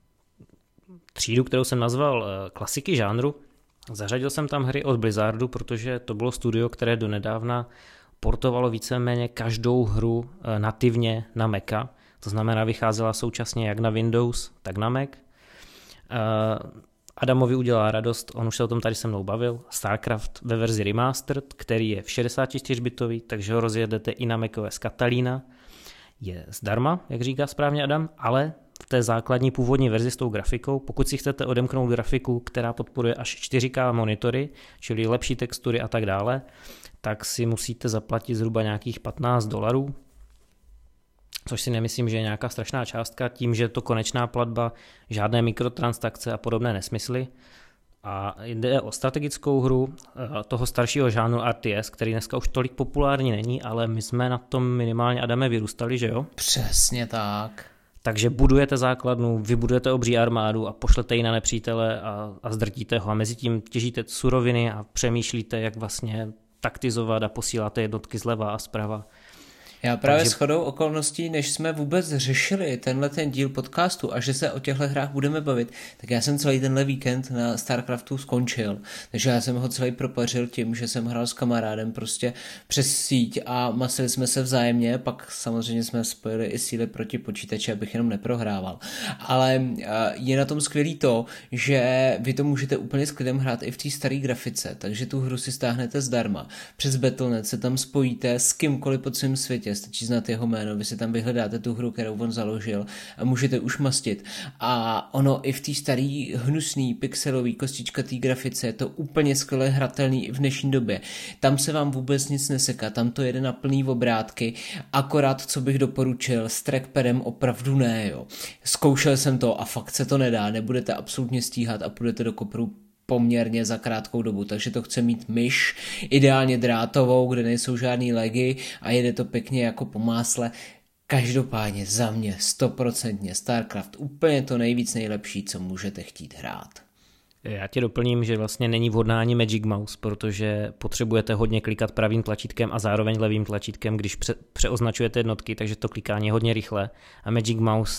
třídu, kterou jsem nazval klasiky žánru. Zařadil jsem tam hry od Blizzardu, protože to bylo studio, které donedávna portovalo víceméně každou hru nativně na Maca, to znamená vycházela současně jak na Windows, tak na Mac. Adamovi udělá radost, on už se o tom tady se mnou bavil, StarCraft ve verzi Remastered, který je v 64-bitový, takže ho rozjedete i na macOS Catalina. Je zdarma, jak říká správně Adam, ale v té základní původní verzi s tou grafikou, pokud si chcete odemknout grafiku, která podporuje až 4K monitory, čili lepší textury a tak dále, tak si musíte zaplatit zhruba nějakých $15, což si nemyslím, že je nějaká strašná částka, tím, že je to konečná platba, žádné mikrotransakce a podobné nesmysly. A jde o strategickou hru toho staršího žánru RTS, který dneska už tolik populární není, ale my jsme na tom minimálně, Adame, vyrůstali, že jo? Přesně tak. Takže budujete základnu, vybudujete obří armádu a pošlete ji na nepřítele a zdrtíte ho. A mezi tím těžíte suroviny a přemýšlíte, jak vlastně taktizovat a posíláte jednotky zleva a zprava. Já právě shodou okolností, než jsme vůbec řešili ten díl podcastu a že se o těchto hrách budeme bavit, tak já jsem celý tenhle víkend na StarCraftu skončil. Takže já jsem ho celý propařil tím, že jsem hrál s kamarádem prostě přes síť a masili jsme se vzájemně, pak samozřejmě jsme spojili i síly proti počítači, abych jenom neprohrával. Ale je na tom skvělý to, že vy to můžete úplně s klidem hrát i v té staré grafice, takže tu hru si stáhnete zdarma. Přes Battle.net se tam spojíte s kýmkoliv po celém světě, stačí znát jeho jméno, vy si tam vyhledáte tu hru, kterou on založil a můžete už mastit. A ono i v té starý hnusný pixelový kostičkatý grafice je to úplně skvěle hratelný i v dnešní době. Tam se vám vůbec nic neseká, tam to jede na plný obrátky, akorát co bych doporučil, s trackpadem opravdu ne, jo. Zkoušel jsem to a fakt se to nedá, nebudete absolutně stíhat a půjdete do kopru poměrně za krátkou dobu, takže to chce mít myš, ideálně drátovou, kde nejsou žádný lagy a jede to pěkně jako po másle. Každopádně za mě 100% StarCraft úplně to nejlepší, co můžete chtít hrát. Já tě doplním, že vlastně není vhodná ani Magic Mouse, protože potřebujete hodně klikat pravým tlačítkem a zároveň levým tlačítkem, když přeoznačujete jednotky, takže to klikání je hodně rychlé a Magic Mouse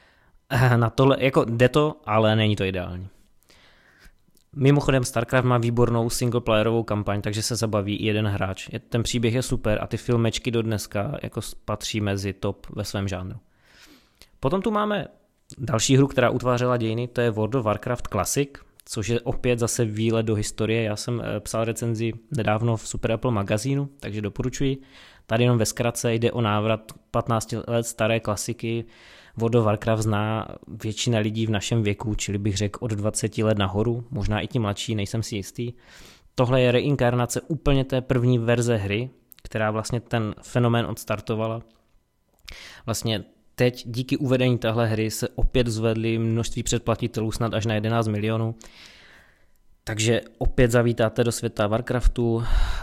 na tohle, jako jde to, ale není to ideální. Mimochodem StarCraft má výbornou singleplayerovou kampaň, takže se zabaví i jeden hráč. Ten příběh je super a ty filmečky do dneska jako patří mezi top ve svém žánru. Potom tu máme další hru, která utvářela dějiny, to je World of Warcraft Classic, což je opět zase výlet do historie. Já jsem psal recenzi nedávno v Super Apple magazínu, takže doporučuji. Tady jenom ve zkratce jde o návrat 15 let staré klasiky. World of Warcraft zná většina lidí v našem věku, čili bych řekl od 20 let nahoru, možná i ti mladší, nejsem si jistý. Tohle je reinkarnace úplně té první verze hry, která vlastně ten fenomén odstartovala. Vlastně teď díky uvedení téhle hry se opět zvedly množství předplatitelů snad až na 11 milionů. Takže opět zavítáte do světa Warcraftu,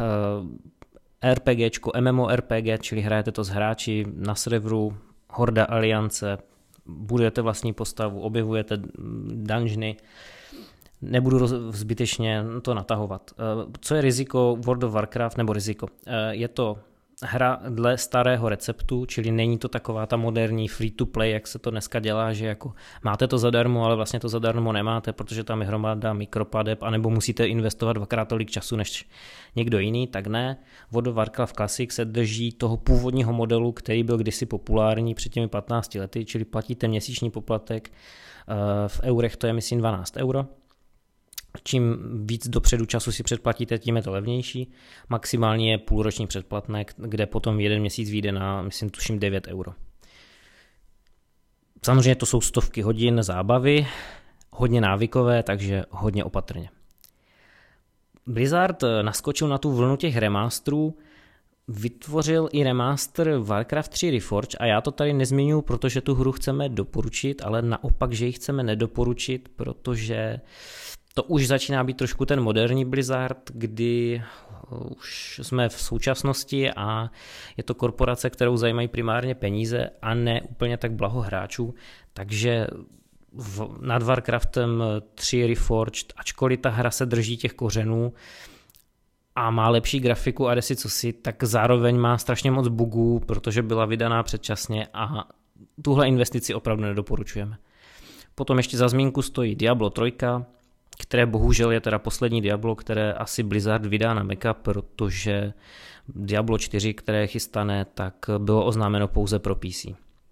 RPGčko, MMORPG, čili hrajete to s hráči na serveru, Horda Aliance, budujete vlastní postavu, objevujete dungeony. nebudu zbytečně to natahovat. Co je riziko World of Warcraft, nebo riziko? Je to hra dle starého receptu, čili není to taková ta moderní free-to-play, jak se to dneska dělá, že jako máte to zadarmo, ale vlastně to zadarmo nemáte, protože tam je hromada mikropladeb, anebo musíte investovat dvakrát tolik času než někdo jiný, tak ne. World of Warcraft Classic se drží toho původního modelu, který byl kdysi populární před těmi 15 lety, čili platíte měsíční poplatek, v eurech to je myslím 12 euro. Čím víc dopředu času si předplatíte, tím je to levnější. Maximálně je půlroční předplatnek, kde potom jeden měsíc vyjde na, myslím, tuším 9 euro. Samozřejmě to jsou stovky hodin zábavy, hodně návykové, takže hodně opatrně. Blizzard naskočil na tu vlnu těch remasterů, vytvořil i remaster Warcraft 3 Reforged a já to tady nezmiňuji, protože tu hru chceme doporučit, ale naopak, že ji chceme nedoporučit, protože to už začíná být trošku ten moderní Blizzard, kdy už jsme v současnosti a je to korporace, kterou zajímají primárně peníze a ne úplně tak blaho hráčů, takže nad Warcraftem 3 Reforged, ačkoliv ta hra se drží těch kořenů a má lepší grafiku a desi cosi, tak zároveň má strašně moc bugů, protože byla vydaná předčasně a tuhle investici opravdu nedoporučujeme. Potom ještě za zmínku stojí Diablo 3, které bohužel je teda poslední Diablo, které asi Blizzard vydá na Maca, protože Diablo 4, které je chystané, tak bylo oznámeno pouze pro PC.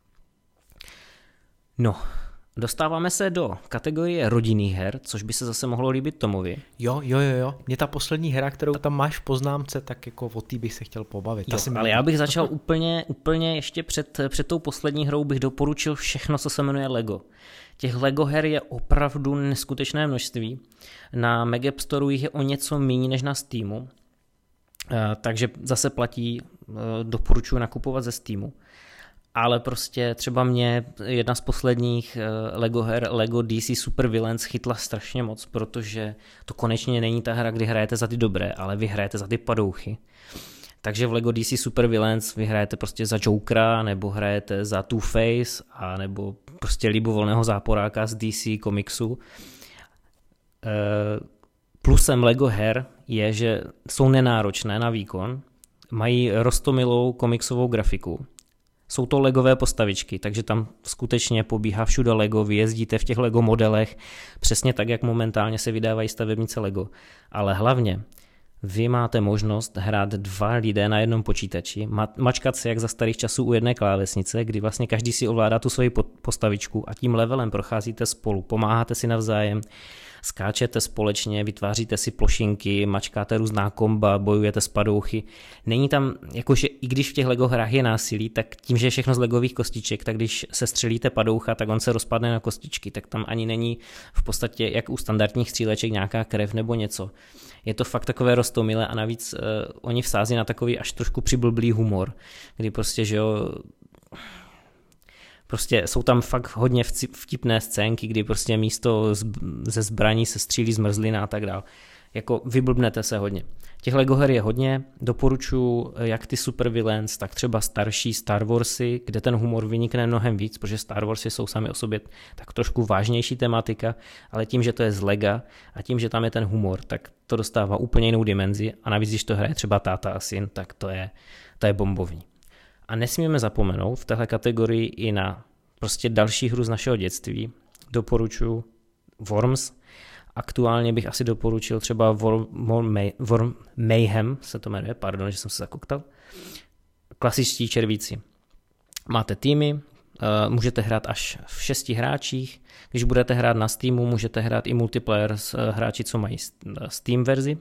No, dostáváme se do kategorie rodinných her, což by se zase mohlo líbit Tomovi. Jo. Mě ta poslední hra, kterou tam máš v poznámce, tak jako o té bych se chtěl pobavit. Jo, ale já bych začal úplně ještě před tou poslední hrou bych doporučil všechno, co se jmenuje Lego. Těch Lego her je opravdu neskutečné množství. Na Mega App Storeu jich je o něco méně než na Steamu, takže zase platí, doporučuji nakupovat ze Steamu. Ale prostě třeba mě jedna z posledních Lego her, Lego DC Super Villains, chytla strašně moc, protože to konečně není ta hra, kdy hrajete za ty dobré, ale vy hrajete za ty padouchy. Takže v Lego DC Super Villains vy hrajete prostě za Jokera, nebo hrajete za Two-Face, a nebo prostě libovolného záporáka z DC komiksu. Plusem Lego her je, že jsou nenáročné na výkon, mají roztomilou komiksovou grafiku. Jsou to legové postavičky, takže tam skutečně pobíhá všude Lego, vy jezdíte v těch Lego modelech, přesně tak, jak momentálně se vydávají stavebnice Lego. Ale hlavně, vy máte možnost hrát 2 lidé na jednom počítači, mačkat se jak za starých časů u jedné klávesnice, kdy vlastně každý si ovládá tu svoji postavičku a tím levelem procházíte spolu, pomáháte si navzájem, skáčete společně, vytváříte si plošinky, mačkáte různá komba, bojujete s padouchy. Není tam, jakože i když v těch Lego hrách je násilí, tak tím, že je všechno z legových kostiček, tak když se střelíte padoucha, tak on se rozpadne na kostičky, tak tam ani není v podstatě jak u standardních stříleček nějaká krev nebo něco. Je to fakt takové roztomilé a navíc oni vsází na takový až trošku přiblblý humor, kdy prostě, že jo, prostě jsou tam fakt hodně vtipné scénky, kdy prostě místo ze zbraní se střílí zmrzlina a tak dál. Jako vyblbnete se hodně. Těch Lego her je hodně, doporučuji jak ty Super Villains, tak třeba starší Star Warsy, kde ten humor vynikne mnohem víc, protože Star Warsy jsou sami o sobě tak trošku vážnější tematika, ale tím, že to je z Lega a tím, že tam je ten humor, tak to dostává úplně jinou dimenzi a navíc, když to hraje třeba táta a syn, tak to je bombovní. A nesmíme zapomenout v téhle kategorii i na prostě další hru z našeho dětství. Doporučuji Worms. Aktuálně bych asi doporučil třeba Worm Mayhem, se to jmenuje, pardon, že jsem se zakoktal. Klasičtí červíci. Máte týmy, můžete hrát až v 6 hráčích. Když budete hrát na Steamu, můžete hrát i multiplayer s hráči, co mají Steam verzi.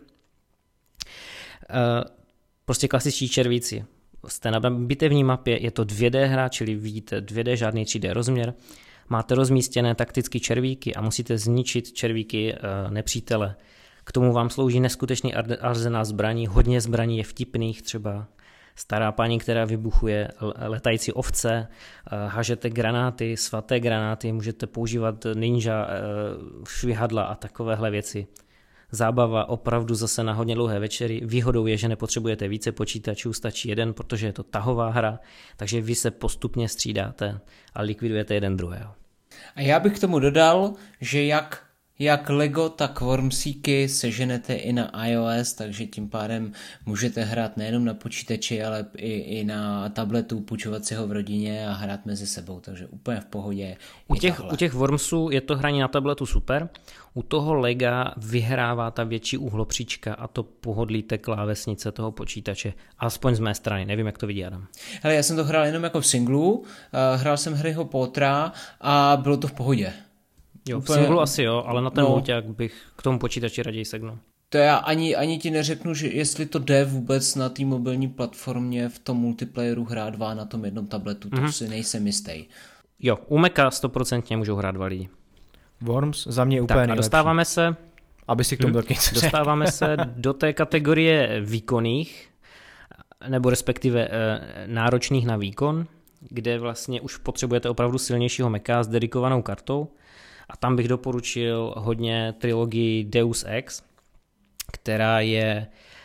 Prostě klasičtí červíci. Jste na bitevní mapě, je to 2D hra, čili vidíte 2D, žádný 3D rozměr. Máte rozmístěné takticky červíky a musíte zničit červíky nepřítele. K tomu vám slouží neskutečný arzenál zbraní, hodně zbraní je vtipných, třeba stará paní, která vybuchuje letající ovce, hažete granáty, svaté granáty, můžete používat ninja, švihadla a takovéhle věci. Zábava opravdu zase na hodně dlouhé večery. Výhodou je, že nepotřebujete více počítačů, stačí jeden, protože je to tahová hra, takže vy se postupně střídáte a likvidujete jeden druhého. A já bych k tomu dodal, že jak Jak Lego, tak Wormsíky seženete i na iOS, takže tím pádem můžete hrát nejenom na počítači, ale i na tabletu, půjčovat si ho v rodině a hrát mezi sebou, takže úplně v pohodě. U těch Wormsů je to hraní na tabletu super, u toho Lega vyhrává ta větší úhlopříčka a to pohodlí té klávesnice toho počítače, alespoň z mé strany, nevím, jak to vidí Adam. Hele, já jsem to hrál jenom jako v singlu, hrál jsem Harryho Pottera a bylo to v pohodě. Jo, úplně, v singlu asi jo, ale na ten mulťák bych k tomu počítači raději segnul. To já ani ti neřeknu, že jestli to jde vůbec na té mobilní platformě v tom multiplayeru hrát dva na tom jednom tabletu, to si nejsem jistý. Jo, u Maca 100% můžou hrát dva lidi. Worms za mě úplně nejlepší. A dostáváme se, aby si k tomu taky dostáváme se do té kategorie výkonných, nebo respektive náročných na výkon, kde vlastně už potřebujete opravdu silnějšího Maca s dedikovanou kartou. A tam bych doporučil hodně trilogii Deus Ex, která je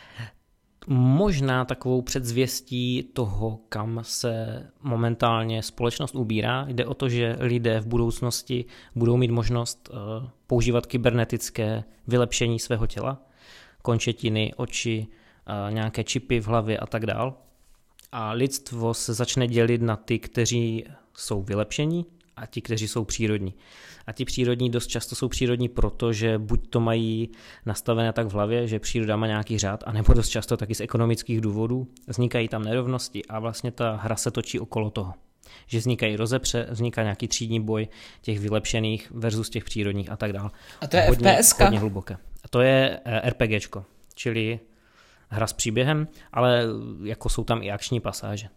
možná takovou předzvěstí toho, kam se momentálně společnost ubírá. Jde o to, že lidé v budoucnosti budou mít možnost používat kybernetické vylepšení svého těla, končetiny, oči, nějaké čipy v hlavě a tak dál. A lidstvo se začne dělit na ty, kteří jsou vylepšení, a ti, kteří jsou přírodní. A ti přírodní dost často jsou přírodní, protože buď to mají nastavené tak v hlavě, že příroda má nějaký řád, anebo dost často taky z ekonomických důvodů. Vznikají tam nerovnosti a vlastně ta hra se točí okolo toho. Že vznikají rozepře, vzniká nějaký třídní boj těch vylepšených versus těch přírodních a tak dále. A to je FPSka? Hodně hluboké. A to je RPGčko, čili hra s příběhem, ale jako jsou tam i akční pasáže.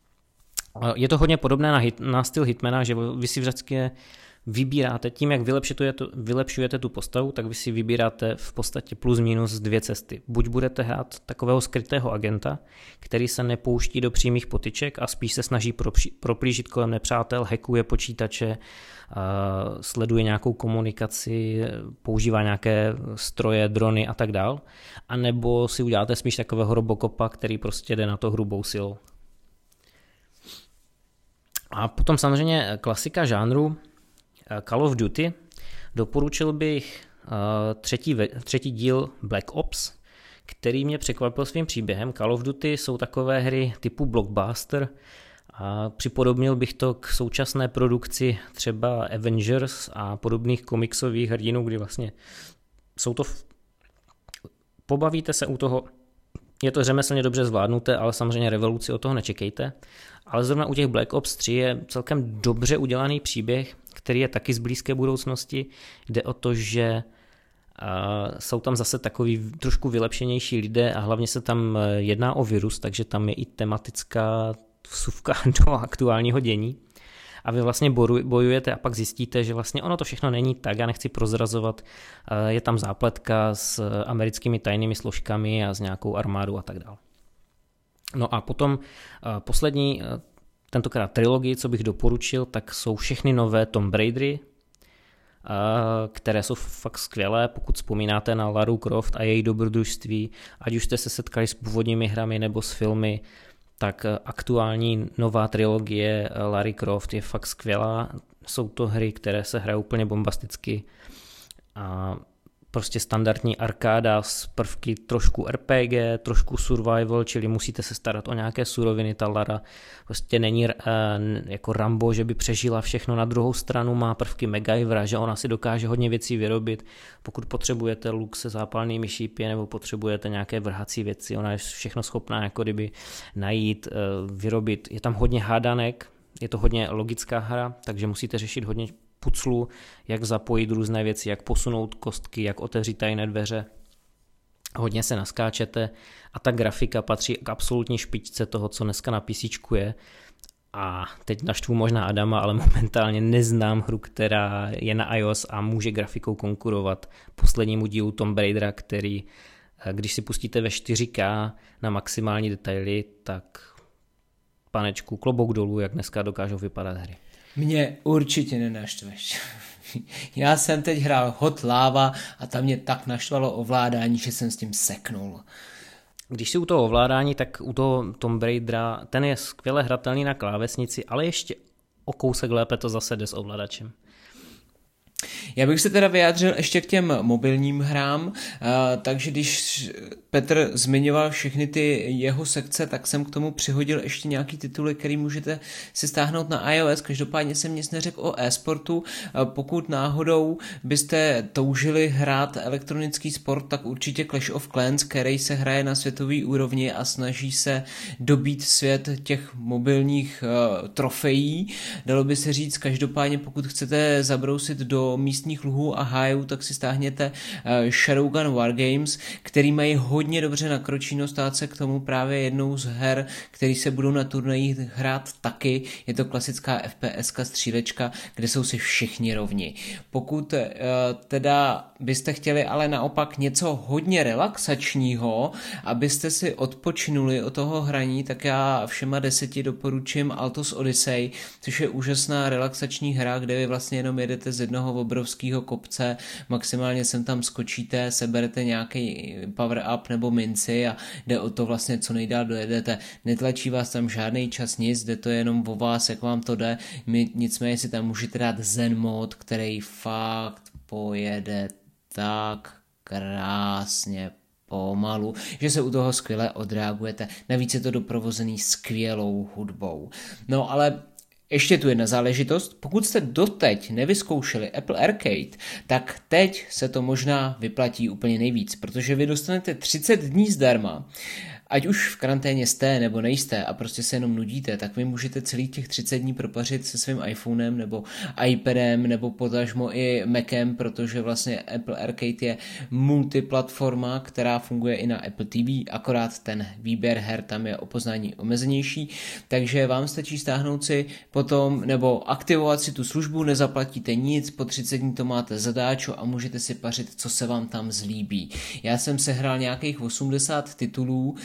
Je to hodně podobné na styl Hitmana, že vy si vždycky vybíráte, tím jak vylepšujete tu postavu, tak vy si vybíráte v podstatě plus minus dvě cesty. Buď budete hrát takového skrytého agenta, který se nepouští do přímých potyček a spíš se snaží proplížit kolem nepřátel, hackuje počítače, sleduje nějakou komunikaci, používá nějaké stroje, drony a tak dál. A nebo si uděláte spíš takového Robocopa, který prostě jde na to hrubou silou. A potom samozřejmě klasika žánru Call of Duty. Doporučil bych třetí díl Black Ops, který mě překvapil svým příběhem. Call of Duty jsou takové hry typu blockbuster a připodobnil bych to k současné produkci třeba Avengers a podobných komiksových hrdinů, kdy vlastně jsou to... Pobavíte se u toho, je to řemeslně dobře zvládnuté, ale samozřejmě revoluci od toho nečekejte. Ale zrovna u těch Black Ops 3 je celkem dobře udělaný příběh, který je taky z blízké budoucnosti. Jde o to, že jsou tam zase takový trošku vylepšenější lidé a hlavně se tam jedná o virus, takže tam je i tematická vsuvka do aktuálního dění. A vy vlastně bojujete a pak zjistíte, že vlastně ono to všechno není tak, já nechci prozrazovat, je tam zápletka s americkými tajnými složkami a s nějakou armádou a tak dále. No a potom poslední, tentokrát trilogii, co bych doporučil, tak jsou všechny nové Tomb Raidery, které jsou fakt skvělé, pokud vzpomínáte na Laru Croft a její dobrodružství, ať už jste se setkali s původními hrami nebo s filmy, tak aktuální nová trilogie Lara Croft je fakt skvělá. Jsou to hry, které se hrajou úplně bombasticky a prostě standardní arkáda s prvky trošku RPG, trošku survival, čili musíte se starat o nějaké suroviny. Ta Lara prostě není jako Rambo, že by přežila všechno. Na druhou stranu má prvky MacGyvera, že ona si dokáže hodně věcí vyrobit. Pokud potřebujete luk se zápalnými šípy nebo potřebujete nějaké vrhací věci, ona je všechno schopná jako kdyby najít, vyrobit. Je tam hodně hádanek, je to hodně logická hra, takže musíte řešit hodně puclu, jak zapojit různé věci, jak posunout kostky, jak otevřít tajné dveře. Hodně se naskáčete a ta grafika patří k absolutní špičce toho, co dneska na PCčku je. A teď naštvu možná Adama, ale momentálně neznám hru, která je na iOS a může grafikou konkurovat poslednímu dílu Tomb Raidera, který, když si pustíte ve 4K na maximální detaily, tak panečku, klobouk dolů, jak dneska dokážou vypadat hry. Mě určitě nenaštveš. Já jsem teď hrál Hot Lava a tam mě tak naštvalo ovládání, že jsem s tím seknul. Když si u toho ovládání, tak u toho Tomb Raidera, ten je skvěle hratelný na klávesnici, ale ještě o kousek lépe to zase jde s ovladačem. Já bych se teda vyjádřil ještě k těm mobilním hrám, takže když Petr zmiňoval všechny ty jeho sekce, tak jsem k tomu přihodil ještě nějaký tituly, který můžete si stáhnout na iOS. Každopádně jsem nic neřekl o e-sportu. Pokud náhodou byste toužili hrát elektronický sport, tak určitě Clash of Clans, který se hraje na světový úrovni a snaží se dobít svět těch mobilních trofejí. Dalo by se říct, každopádně pokud chcete zabrousit do místních luhů a hájů, tak si stáhněte Shadowgun Wargames, který mají hodně dobře nakročeno, stát se k tomu právě jednou z her, který se budou na turnajích hrát taky. Je to klasická FPSka střílečka, kde jsou si všichni rovni. Pokud teda byste chtěli ale naopak něco hodně relaxačního, abyste si odpočinuli od toho hraní, tak já všema 10 doporučím Altos Odyssey, což je úžasná relaxační hra, kde vy vlastně jenom jedete z jednoho obrovského kopce, maximálně sem tam skočíte, seberete nějaký power up nebo minci a jde o to vlastně co nejdál dojedete. Netlačí vás tam žádný čas, nic, jde to jenom o vás, jak vám to jde. Nicméně si tam můžete dát zen mod, který fakt pojede tak krásně pomalu, že se u toho skvěle odreagujete. Navíc je to doprovozený skvělou hudbou. No ale ještě tu jedna záležitost. Pokud jste doteď nevyzkoušeli Apple Arcade, tak teď se to možná vyplatí úplně nejvíc, protože vy dostanete 30 dní zdarma. Ať už v karanténě jste nebo nejste a prostě se jenom nudíte, tak vy můžete celých těch 30 dní propařit se svým iPhonem nebo iPadem nebo potažmo i Macem, protože vlastně Apple Arcade je multiplatforma, která funguje i na Apple TV, akorát ten výběr her tam je o poznání omezenější, takže vám stačí stáhnout si potom nebo aktivovat si tu službu, nezaplatíte nic, po 30 dní to máte zadáčo a můžete si pařit, co se vám tam zlíbí. Já jsem sehrál nějakých 80 titulů,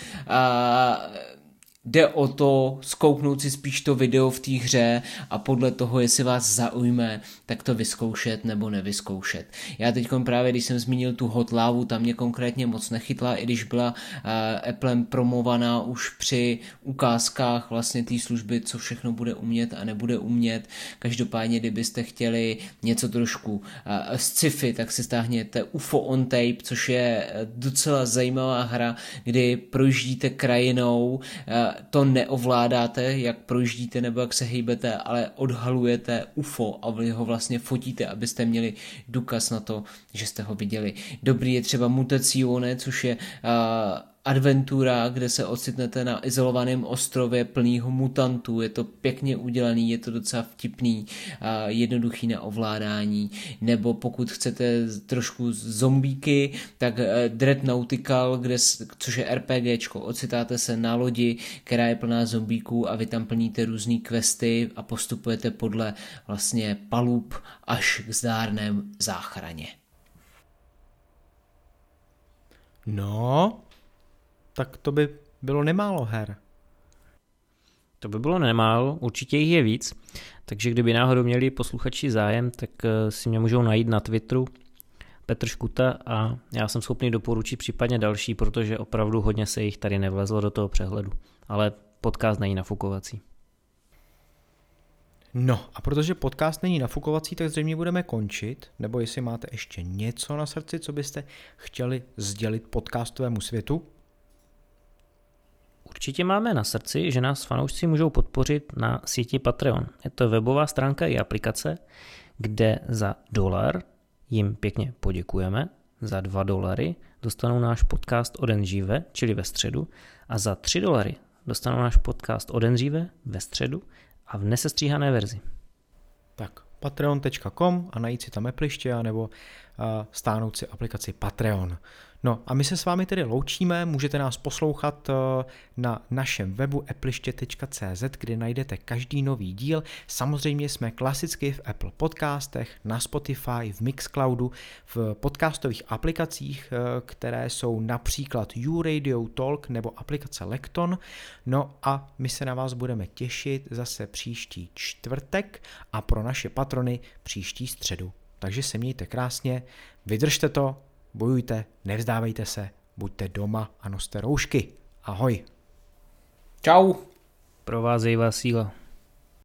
a jde o to zkouknout si spíš to video v té hře a podle toho, jestli vás zaujme, tak to vyzkoušet nebo nevyzkoušet. Já teď právě, když jsem zmínil tu Hot Lávu, tam mě konkrétně moc nechytla, i když byla Applem promovaná už při ukázkách vlastně té služby, co všechno bude umět a nebude umět. Každopádně, kdybyste chtěli něco trošku sci-fi, tak si stáhněte UFO on Tape, což je docela zajímavá hra, kdy projíždíte krajinou, to neovládáte, jak projíždíte nebo jak se hejbete, ale odhalujete UFO a vy ho vlastně fotíte, abyste měli důkaz na to, že jste ho viděli. Dobrý je třeba Mutazione, což je adventura, kde se ocitnete na izolovaném ostrově plnýho mutantů, je to pěkně udělaný, je to docela vtipný, jednoduchý na ovládání, nebo pokud chcete trošku zombíky, tak Dread Nautical, což je RPGčko, ocitáte se na lodi, která je plná zombíků a vy tam plníte různý questy a postupujete podle vlastně palub až k zdárné záchraně. No, tak to by bylo nemálo her. To by bylo nemálo, určitě jich je víc, takže kdyby náhodou měli posluchači zájem, tak si mě můžou najít na Twitteru Petr Škuta a já jsem schopný doporučit případně další, protože opravdu hodně se jich tady nevlezlo do toho přehledu, ale podcast není nafukovací. No a protože podcast není nafukovací, tak zřejmě budeme končit, nebo jestli máte ještě něco na srdci, co byste chtěli sdělit podcastovému světu? Určitě máme na srdci, že nás fanoušci můžou podpořit na síti Patreon. Je to webová stránka i aplikace, kde za $1 jim pěkně poděkujeme, za $2 dostanou náš podcast o den dříve, čili ve středu, a za $3 dostanou náš podcast o den dříve, ve středu a v nesestříhané verzi. Tak patreon.com a najít si tam Appliště nebo stáhnout si aplikaci Patreon. No a my se s vámi tedy loučíme, můžete nás poslouchat na našem webu appliště.cz, kde najdete každý nový díl. Samozřejmě jsme klasicky v Apple podcastech, na Spotify, v Mixcloudu, v podcastových aplikacích, které jsou například YouRadio Talk nebo aplikace Lekton. No a my se na vás budeme těšit zase příští čtvrtek a pro naše patrony příští středu. Takže se mějte krásně, vydržte to, bojujte, nevzdávejte se, buďte doma a noste roušky. Ahoj. Čau. Provázej vás síla.